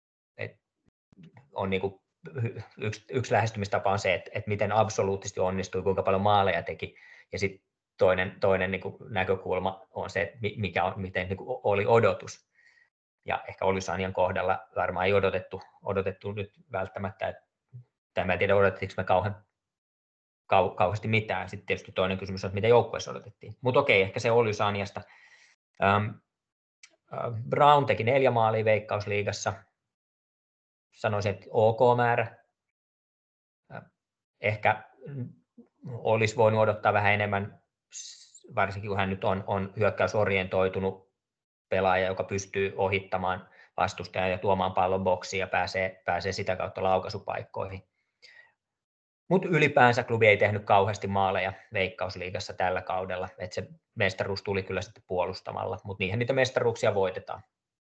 on niinku yksi, yksi lähestymistapa on se, että, että miten absoluuttisesti onnistui, kuinka paljon maaleja teki, ja sitten toinen, toinen niinku näkökulma on se, että mikä on, miten niinku oli odotus. Ja ehkä Olli Sanjan kohdalla varmaan ei odotettu, odotettu nyt välttämättä, että, tai mä en tiedä odotettiinko me kauhean, kau, kauheasti mitään. Sitten tietysti toinen kysymys on, että mitä joukkueessa odotettiin. Mutta okei, ehkä se Olli Sanjasta. Ähm, äh, Brown teki neljä maalia Veikkausliigassa. Sanoisin, että ok määrä. Äh, ehkä olisi voinut odottaa vähän enemmän, varsinkin kun hän nyt on, on hyökkäysorientoitunut pelaaja, joka pystyy ohittamaan vastustajan ja tuomaan pallon boksiin ja pääsee, pääsee sitä kautta laukaisupaikkoihin. Mutta ylipäänsä klubi ei tehnyt kauheasti maaleja Veikkausliigassa tällä kaudella, että se mestaruus tuli kyllä sitten puolustamalla, mutta niihin niitä mestaruuksia voitetaan.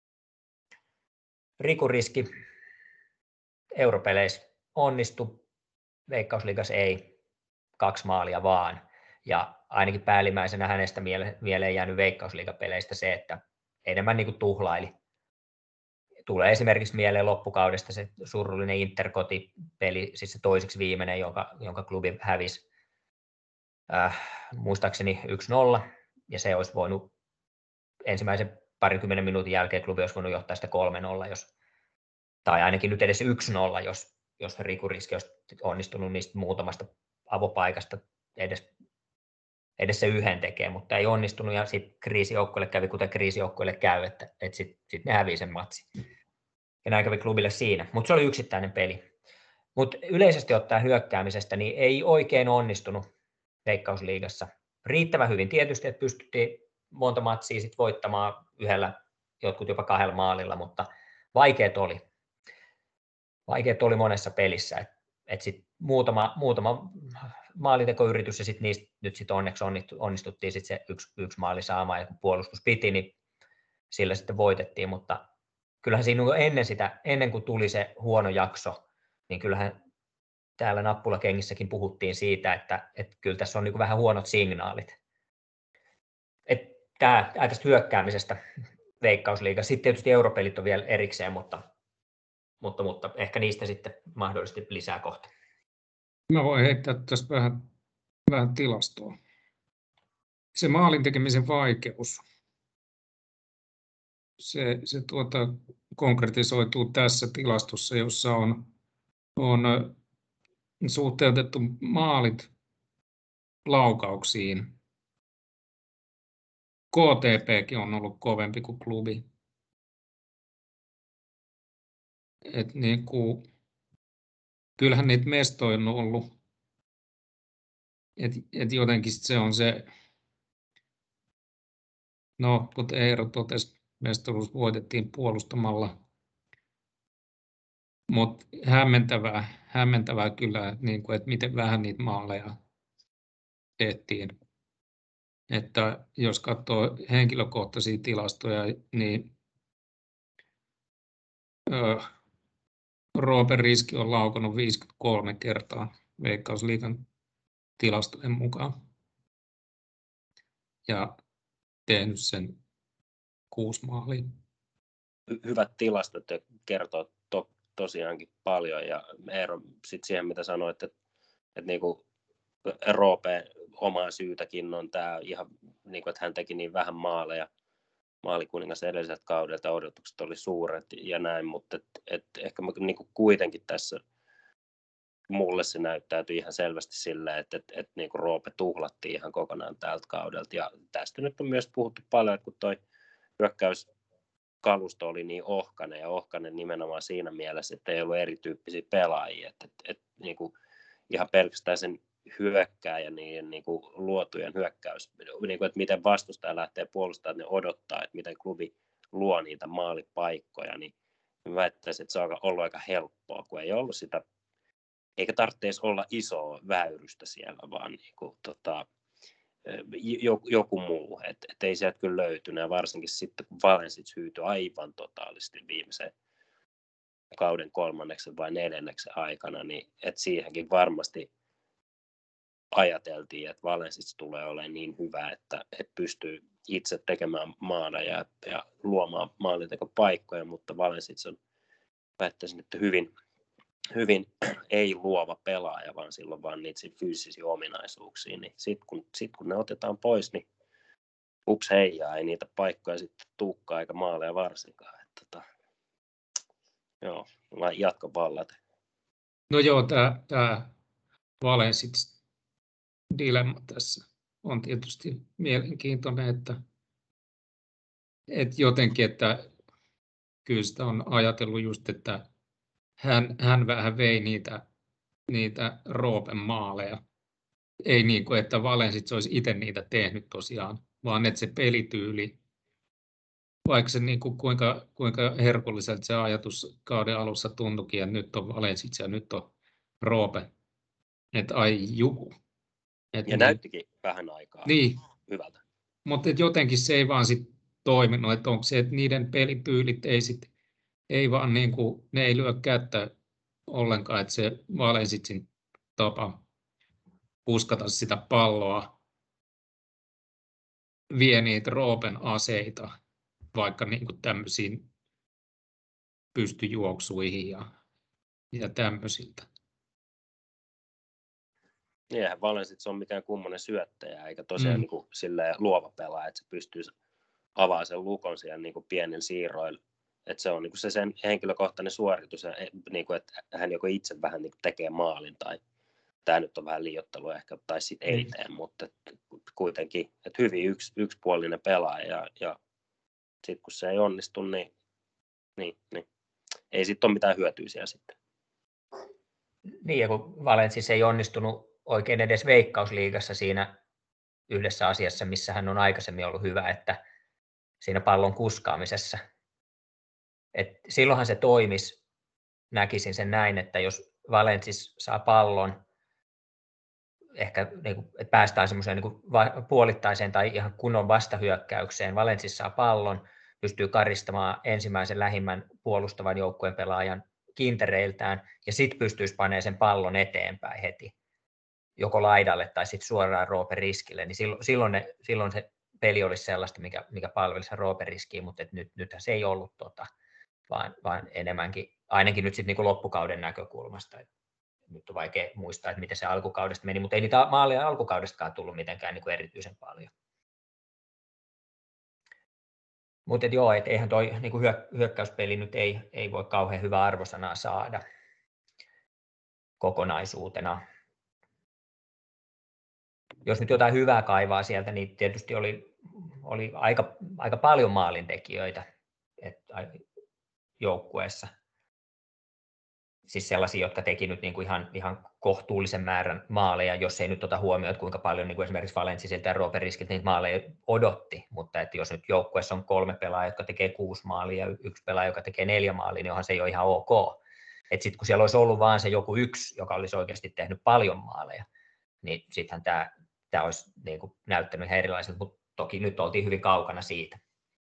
Rikuriski europeleissä onnistui, Veikkausliigassa ei, kaksi maalia vaan, ja ainakin päällimmäisenä hänestä mieleen jäänyt Veikkausliigapeleistä se, että enemmän niin kuin tuhlaili. Tulee esimerkiksi mieleen loppukaudesta se surullinen Interkoti-peli, siis se toiseksi viimeinen, jonka, jonka klubi hävisi äh, muistaakseni yksi nolla, ja se olisi voinut ensimmäisen parinkymmenen minuutin jälkeen klubi olisi voinut johtaa sitä kolme nolla, jos, tai ainakin nyt edes yksi nolla, jos, jos Rikuriski olisi onnistunut niistä muutamasta avopaikasta edes edes se yhden tekee, mutta ei onnistunut, ja sitten kriisijoukkueelle kävi, kuten kriisijoukkueelle käy, että, että sitten sit ne hävii sen matsin. Ja näin kävi klubille siinä, mutta se oli yksittäinen peli. Mutta yleisesti ottaen hyökkäämisestä, niin ei oikein onnistunut Veikkausliigassa riittävän hyvin tietysti, että pystyttiin monta matsia sit voittamaan yhdellä, jotkut jopa kahdella maalilla, mutta vaikeat oli. Vaikeat oli monessa pelissä, että et sit muutama, muutama maalintekoyritys ja sit niistä nyt sit onneksi onnistuttiin sit se yksi, yksi maali saamaan ja kun puolustus piti, niin sillä sitten voitettiin, mutta kyllähän siinä ennen sitä, ennen kuin tuli se huono jakso, niin kyllähän täällä nappulakengissäkin puhuttiin siitä, että, että kyllä tässä on niin kuin vähän huonot signaalit. Tämä tästä hyökkäämisestä Veikkausliigassa. Sitten tietysti europelit on vielä erikseen, mutta, mutta, mutta ehkä niistä sitten mahdollisesti lisää kohta. Mä voin heittää tässä vähän, vähän tilastoa. Se maalin tekemisen vaikeus, se, se tuota, konkretisoituu tässä tilastossa, jossa on, on suhteutettu maalit laukauksiin. K T P:kin on ollut kovempi kuin klubi. Et niin kuin, kyllähän niitä mestoja on ollut. Et, et jotenkin se on se, no kuten Eero totesi, mestaruus voitettiin puolustamalla. Mutta hämmentävää, hämmentävää kyllä, että, niin kuin, että miten vähän niitä maaleja tehtiin. Että jos katsoo henkilökohtaisia tilastoja, niin öö, Roope Riski on laukonut viisikymmentäkolme kertaa Veikkausliigan tilastojen mukaan ja tehnyt sen kuusi maalia. Hyvät tilastot kertoo to, tosiaankin paljon ja Eero sitten siihen mitä sanoit, että, että niinku Roope omaa syytäkin on tämä ihan niinku, että hän teki niin vähän maaleja maalikuningas edelliseltä kaudelta, odotukset oli suuret ja näin, mutta et, et ehkä mä niinku kuitenkin tässä mulle se näyttäytyi ihan selvästi silleen, että et, et niinku Roope tuhlattiin ihan kokonaan tältä kaudelta ja tästä nyt on myös puhuttu paljon, kun toi hyökkäyskalusto oli niin ohkainen ja ohkainen nimenomaan siinä mielessä, että ei ollut erityyppisiä pelaajia, että et, et, niinku ihan pelkästään sen hyökkääjän niiden niin kuin luotujen hyökkäys, niin kuin, että miten vastustaja lähtee puolustamaan, että ne odottaa, että miten klubi luo niitä maalipaikkoja, niin väittäisin, että se on ollut aika helppoa, kun ei ollut sitä, eikä tarvitse olla isoa väyrystä siellä, vaan niin kuin, tota, joku muu, että et ei sieltä kyllä löytynyt, ja varsinkin sitten kun Valensits hyytyi aivan totaalisesti viimeisen kauden kolmanneksen vai neljänneksen aikana, niin että siihenkin varmasti ajateltiin, että Valensits tulee olemaan niin hyvä, että, että pystyy itse tekemään maaleja ja, ja luomaan maalintekopaikkoja, mutta Valensits on, väittäisin, että hyvin, hyvin ei luova pelaaja, vaan silloin vaan niitä fyysisiä ominaisuuksia. Niin sitten kun, sit kun ne otetaan pois, niin ups heijaa, ei niitä paikkoja sitten tuukkaa eikä maaleja varsinkaan. Että, tota, joo, mä jatkan vallat. No joo, tämä Valensits dilemma tässä on tietysti mielenkiintoinen, että, että jotenkin, että kyllä sitä on ajatellut just, että hän, hän vähän vei niitä, niitä Roopen maaleja. Ei niin kuin, että Valensits olisi itse niitä tehnyt tosiaan, vaan että se pelityyli, vaikka se niin kuin kuinka, kuinka herkulliselta se ajatus kauden alussa tuntuikin, että nyt on Valensits ja nyt on Roope, että ai juu. Et ja niin, näyttikin vähän aikaa niin, hyvältä. mutta jotenkin se ei vaan sit toiminut, että onko se, että niiden pelityylit ei, sit, ei vaan niin kuin, ne ei lyö kättä ollenkaan, että se Valensitsin tapa puskata sitä palloa vie niitä Roopen aseita vaikka niin kuin tämmöisiin pystyjuoksuihin ja, ja tämmöisiltä. Eihän Valensits on mikään kummonen syöttäjä, eikä tosiaan mm. niin kuin, silleen luova pelaaja, että se pystyy avaamaan sen lukon siellä niin kuin pienillä siirroilla. Että se on niin kuin se sen henkilökohtainen suoritus, ja, niin kuin, että hän joko itse vähän niin kuin tekee maalin, tai tämä nyt on vähän liioittelua ehkä, tai sitten ei tee, mutta että kuitenkin että hyvin yks, yksipuolinen pelaaja, ja, ja sitten kun se ei onnistu, niin, niin, niin ei sitten ole mitään hyötyä siellä sitten. Niin, ja kun Valenssis ei onnistunut oikein edes Veikkausliigassa siinä yhdessä asiassa, missä hän on aikaisemmin ollut hyvä, että siinä pallon kuskaamisessa. Et silloinhan se toimisi, näkisin sen näin, että jos Valencia saa pallon, ehkä niin kuin, että päästään semmoiseen niin puolittaiseen tai ihan kunnon vastahyökkäykseen, Valencia saa pallon, pystyy karistamaan ensimmäisen lähimmän puolustavan joukkueen pelaajan kintereiltään, ja sitten pystyisi panemaan sen pallon eteenpäin heti, joko laidalle tai sitten suoraan Roope Riskille, niin silloin, silloin, ne, silloin se peli olisi sellaista, mikä, mikä palvelisi Roope Riskiä, mutta et nyt, nythän se ei ollut, tota, vaan, vaan enemmänkin, ainakin nyt sitten niin loppukauden näkökulmasta. Et nyt on vaikea muistaa, että miten se alkukaudesta meni, mutta ei niitä maaleja alkukaudestakaan tullut mitenkään niin kuin erityisen paljon. Mutta joo, et eihän toi niin kuin hyökkäyspeli nyt ei, ei voi kauhean hyvää arvosanaa saada kokonaisuutena. Jos nyt jotain hyvää kaivaa sieltä, niin tietysti oli, oli aika, aika paljon maalintekijöitä joukkueessa. Siis sellaisia, jotka teki nyt niin kuin ihan, ihan kohtuullisen määrän maaleja, jos ei nyt ota huomioon, että kuinka paljon niin kuin esimerkiksi Valencisilta ja Roope Riskiltä niitä maaleja odotti, mutta että jos nyt joukkueessa on kolme pelaajaa, jotka tekee kuusi maalia ja yksi pelaaja, joka tekee neljä maalia, niin onhan se jo ihan ok. Että sitten kun siellä olisi ollut vaan se joku yksi, joka olisi oikeasti tehnyt paljon maaleja, niin sittenhän tämä, tämä olisi niin kuin näyttänyt ihan erilaiselta, mutta toki nyt oltiin hyvin kaukana siitä.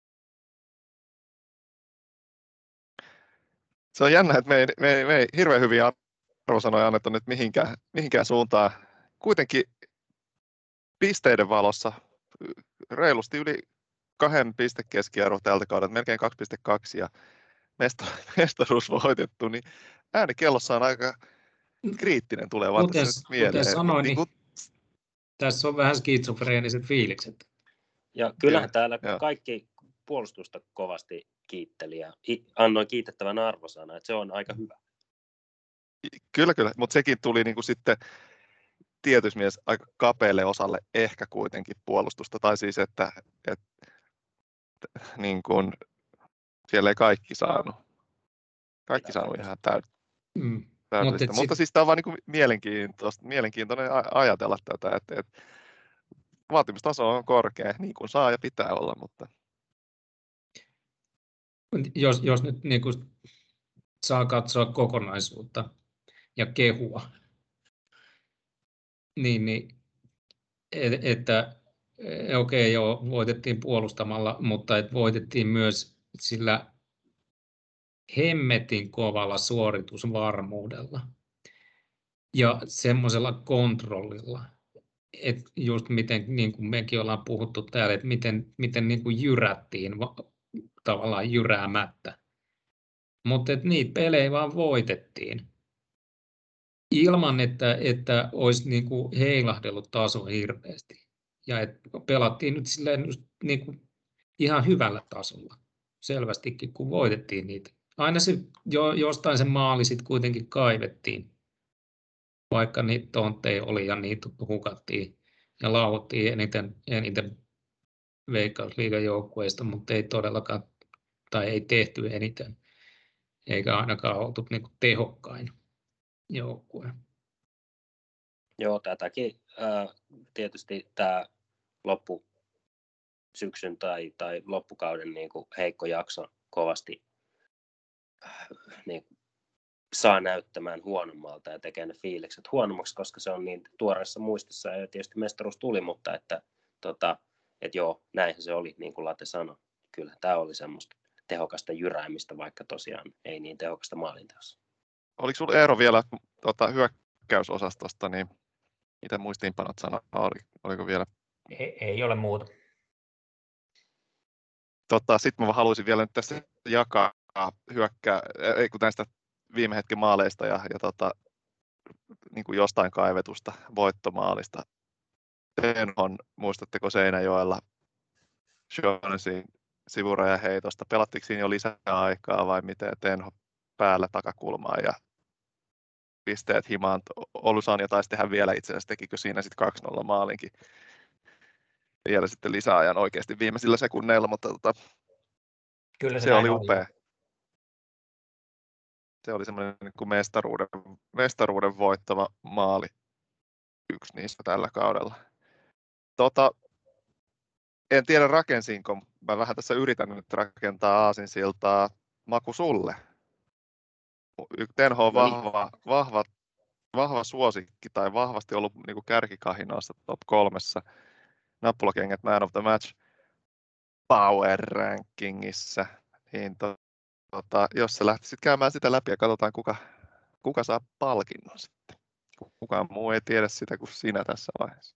Se on jännä, että me ei, me ei, me ei hirveän hyviä arvosanoja annettu nyt mihinkään, mihinkään suuntaan. Kuitenkin pisteiden valossa reilusti yli kahden pistekeskiarvo tältä kaudelta, melkein kaksi pilkku kaksi ja mestaruus voitettu, niin äänikellossa on aika kriittinen tulee vaan kuten, tässä nyt mieleen. Kuten sanoin, niin, niin niin, tässä on vähän skitsofreeniset fiilikset. Ja kyllähän Joo, täällä joo. kaikki puolustusta kovasti kiitteli ja annoin kiitettävän arvosana, että se on aika hyvä. Kyllä, kyllä, mutta sekin tuli niin kuin sitten tietysti mielessä aika kapealle osalle ehkä kuitenkin puolustusta, tai siis että, että niin kuin, siellä ei kaikki saanut, kaikki saanut ihan täyttä. Mm. Mutta, sit... mutta siis tämä on vaan niin mielenkiintoista, mielenkiintoinen ajatella tätä, että, että vaatimustaso on korkea, niin kuin saa ja pitää olla, mutta jos, jos nyt niin kuin saa katsoa kokonaisuutta ja kehua, niin, niin et, että okei, okay, joo, voitettiin puolustamalla, mutta et voitettiin myös sillä hemmetin kovalla suoritusvarmuudella ja semmoisella kontrollilla, että just miten, niin kuin mekin ollaan puhuttu täällä, että miten, miten niin kuin jyrättiin tavallaan jyräämättä. Mutta niitä pelejä vaan voitettiin ilman, että, että olisi niin kuin heilahdellut taso hirveästi. Ja et pelattiin nyt silleen niin kuin ihan hyvällä tasolla selvästikin, kun voitettiin niitä. Aina se jo, jostain se maali sitten kuitenkin kaivettiin, vaikka niitä tontteja oli ja niitä hukattiin ja lauhuttiin eniten, eniten Veikkausliigan joukkueista, mutta ei todellakaan, tai ei tehty eniten, eikä ainakaan oltu niin kuin tehokkain joukkue. Joo, tätäkin ää, tietysti tämä loppusyksyn tai, tai loppukauden niin kuin heikko jakso kovasti äh, niin kuin saa näyttämään huonommalta ja tekee ne fiilikset huonommaksi, koska se on niin tuoreessa muistissa ja tietysti mestaruus tuli, mutta että, tota, että joo, näinhän se oli, niin kuin Late sanoi. Kyllä tämä oli semmoista tehokasta jyräämistä, vaikka tosiaan ei niin tehokasta maalinteossa. Oliko sinulla Eero vielä tuota, hyökkäysosastosta, niin mitä muistiinpanot sanoa, oli, oliko vielä? Ei, ei ole muuta. Tota, Sitten mä haluaisin vielä nyt tässä jakaa hyökkää, ei kun näistä viime hetken maaleista ja, ja tota, niin kuin jostain kaivetusta voittomaalista. Tenhon, muistatteko Seinäjoella Shonsin sivurajaheitosta? Pelattiinko siinä jo lisää aikaa vai miten Tenho päällä takakulmaan ja pisteet himaan? Olusania taisi tehdä vielä itse asiassa, tekikö siinä sitten kaksi nolla maalinkin vielä sitten lisäajan oikeasti viimeisillä sekunneilla, mutta tota, Kyllä se, se oli oli. upea. Se oli semmoinen niin kuin mestaruuden, mestaruuden voittava maali, yksi niistä tällä kaudella. Tota, en tiedä rakensinko, mä vähän tässä yritän nyt rakentaa aasinsiltaa. Maku sulle. Tenho on vahva, vahva, vahva suosikki tai vahvasti ollut niin kuin kärkikahinoissa top kolmessa. Nappulakengät Man of the Match Power Rankingissa. Niin to, tota, jos sä lähtisit käymään sitä läpi ja katsotaan kuka, kuka saa palkinnon sitten. Kukaan muu ei tiedä sitä kuin sinä tässä vaiheessa.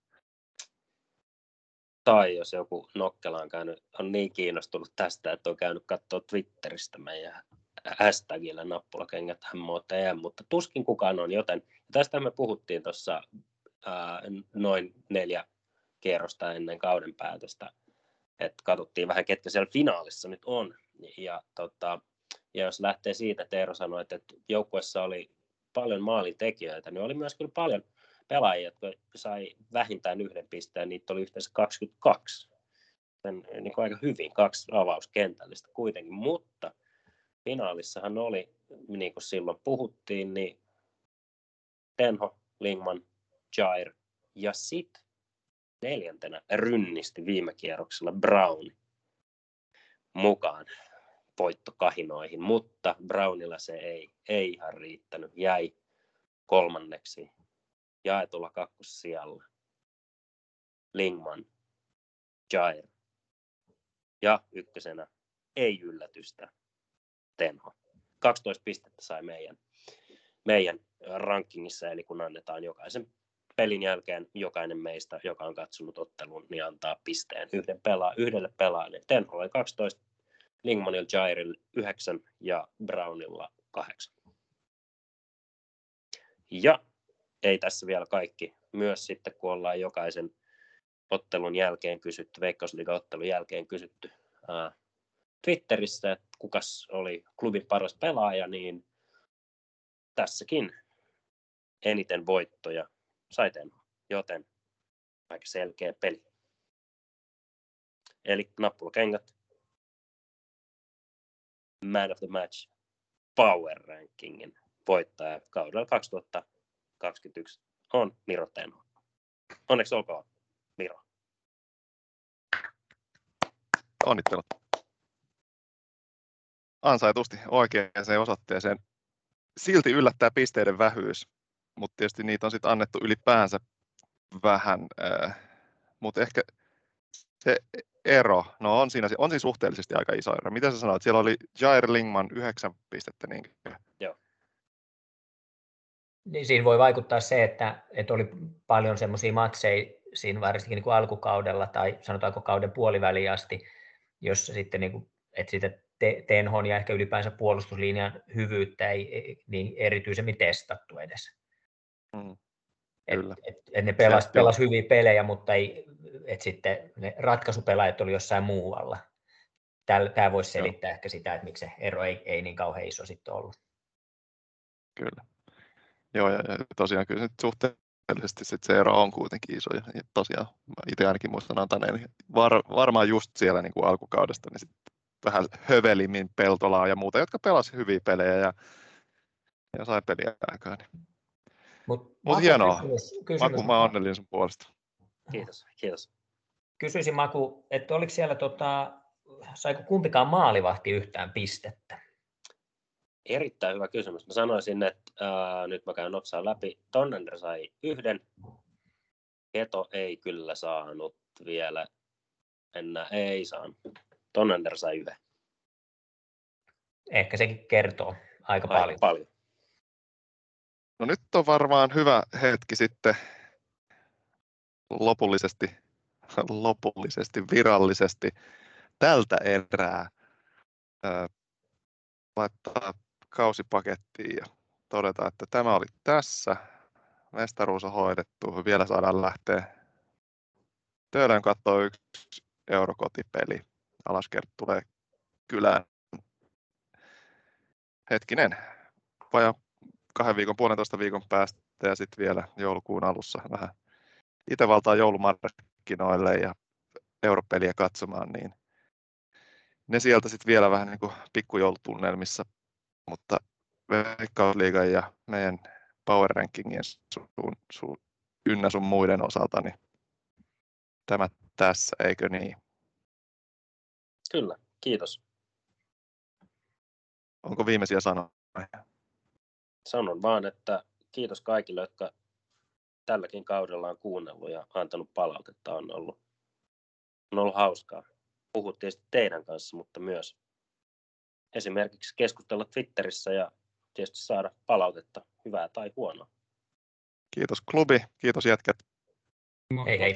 Tai jos joku nokkela on, käynyt, on niin kiinnostunut tästä, että on käynyt katsoa Twitteristä meidän hashtagillä nappulakengät M O T M, mutta tuskin kukaan on, joten tästä me puhuttiin tuossa noin neljä kierrosta ennen kauden päätöstä, että katsottiin vähän, ketkä siellä finaalissa nyt on. Ja, tota, ja jos lähtee siitä, että Eero sanoi, että joukkueessa oli paljon maalintekijöitä, niin oli myös kyllä paljon pelaajia, jotka sai vähintään yhden pisteen, niitä oli yhteensä kaksikymmentäkaksi. Sen, niin kuin aika hyvin, kaksi avauskentällistä kuitenkin, mutta finaalissahan oli, niin kuin silloin puhuttiin, niin Tenho, Lingman, Jair ja sitten neljäntenä rynnisti viime kierroksella Brown mukaan voittokahinoihin, mutta Brownilla se ei, ei ihan riittänyt, jäi kolmanneksi jaetulla kakkossijalla Lingman, Jair ja ykkösenä ei yllätystä Tenho. kaksitoista pistettä sai meidän, meidän rankingissa, eli kun annetaan jokaisen pelin jälkeen jokainen meistä, joka on katsonut ottelun, niin antaa pisteen yhden pelaa, yhdelle pelaajalle. Tenholla kaksitoista, Lingmanilla, Jairilla yhdeksän ja Brownilla kahdeksan. Ja ei tässä vielä kaikki. Myös sitten, kun ollaan jokaisen ottelun jälkeen kysytty, Veikkausliiga-ottelun jälkeen kysytty ää, Twitterissä, että kukas oli klubin paras pelaaja, niin tässäkin eniten voittoja sai Tenho, joten aika selkeä peli. Eli nappulakengät, Man of the Match, Power Rankingin voittaja kaudella kaksituhattakaksikymmentäyksi on Miro Tenho. Onneksi olkoon, Miro. Onnittelut. Ansaitusti oikeaan osoitteeseen. Silti yllättää pisteiden vähyys, mutta tietysti niitä on sitten annettu ylipäänsä vähän. Äh, mutta ehkä se ero, no on siinä, on siinä suhteellisesti aika iso ero. Mitä sä sanoit? Siellä oli Jair Lingman yhdeksän pistettä. Niin. Joo. Niin siinä voi vaikuttaa se, että, että oli paljon semmoisia matseja siinä varsinkin niin kuin alkukaudella tai sanotaanko kauden puoliväliin asti, jossa sitten niin kuin, että sitä Tenhon ja ehkä ylipäänsä puolustuslinjan hyvyyttä ei niin erityisemmin testattu edes. Mm, et, et, et ne pelas, pelas hyviä pelejä, mutta ei, et sitten ne ratkaisupelaajat oli jossain muualla. Tämä voisi selittää Joo. ehkä sitä, että miksi se ero ei, ei niin kauhean iso sitten ollut. Kyllä. Joo, ja, ja tosiaan kyllä suhteellisesti sit se ero on kuitenkin iso. Ja, ja tosiaan itse ainakin muistan antaneen var, varmaan just siellä niin kuin alkukaudesta niin sit vähän hövelimmin Peltolaa ja muuta, jotka pelasi hyviä pelejä ja, ja sai peliä aikaan. Niin. Mutta Mut hienoa. Kysymys, kysymys, Maku, mä onnellinen sun puolesta. Kiitos, kiitos. Kysyisin Maku, että oliko siellä, tota, saiko kumpikaan maalivahti yhtään pistettä? Erittäin hyvä kysymys. Mä sanoisin, että ää, nyt mä käyn nopsaan läpi. Tonnander sai yhden. Keto ei kyllä saanut vielä. Enää ei saanut. Tonnander sai yhden. Ehkä sekin kertoo aika, aika paljon. paljon. No nyt on varmaan hyvä hetki sitten lopullisesti, lopullisesti virallisesti tältä erää ää, laittaa kausipakettiin ja todeta, että tämä oli tässä. Mestaruus on hoidettu. Vielä saadaan lähteä Töölön katsoa yksi eurokotipeli. Alaskert tulee kylään. Hetkinen. Vajaa kahden viikon, puolentoista viikon päästä ja sitten vielä joulukuun alussa vähän Itävaltaan joulumarkkinoille ja europeliä katsomaan, niin ne sieltä sitten vielä vähän niin kuin pikkujoulutunnelmissa, mutta Veikkausliigan ja meidän Power Rankingien sun, sun, ynnä sun muiden osalta, niin tämä tässä, eikö niin? Kyllä, kiitos. Onko viimeisiä sanoja? Sanon vaan, että kiitos kaikille, jotka tälläkin kaudella on kuunnellut ja antanut palautetta. On ollut, on ollut hauskaa. Puhut tietysti teidän kanssa, mutta myös esimerkiksi keskustella Twitterissä ja tietysti saada palautetta, hyvää tai huonoa. Kiitos klubi, kiitos jätkät. Hei hei.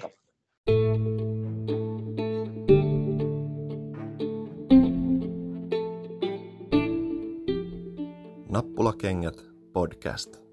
Nappulakengät podcast.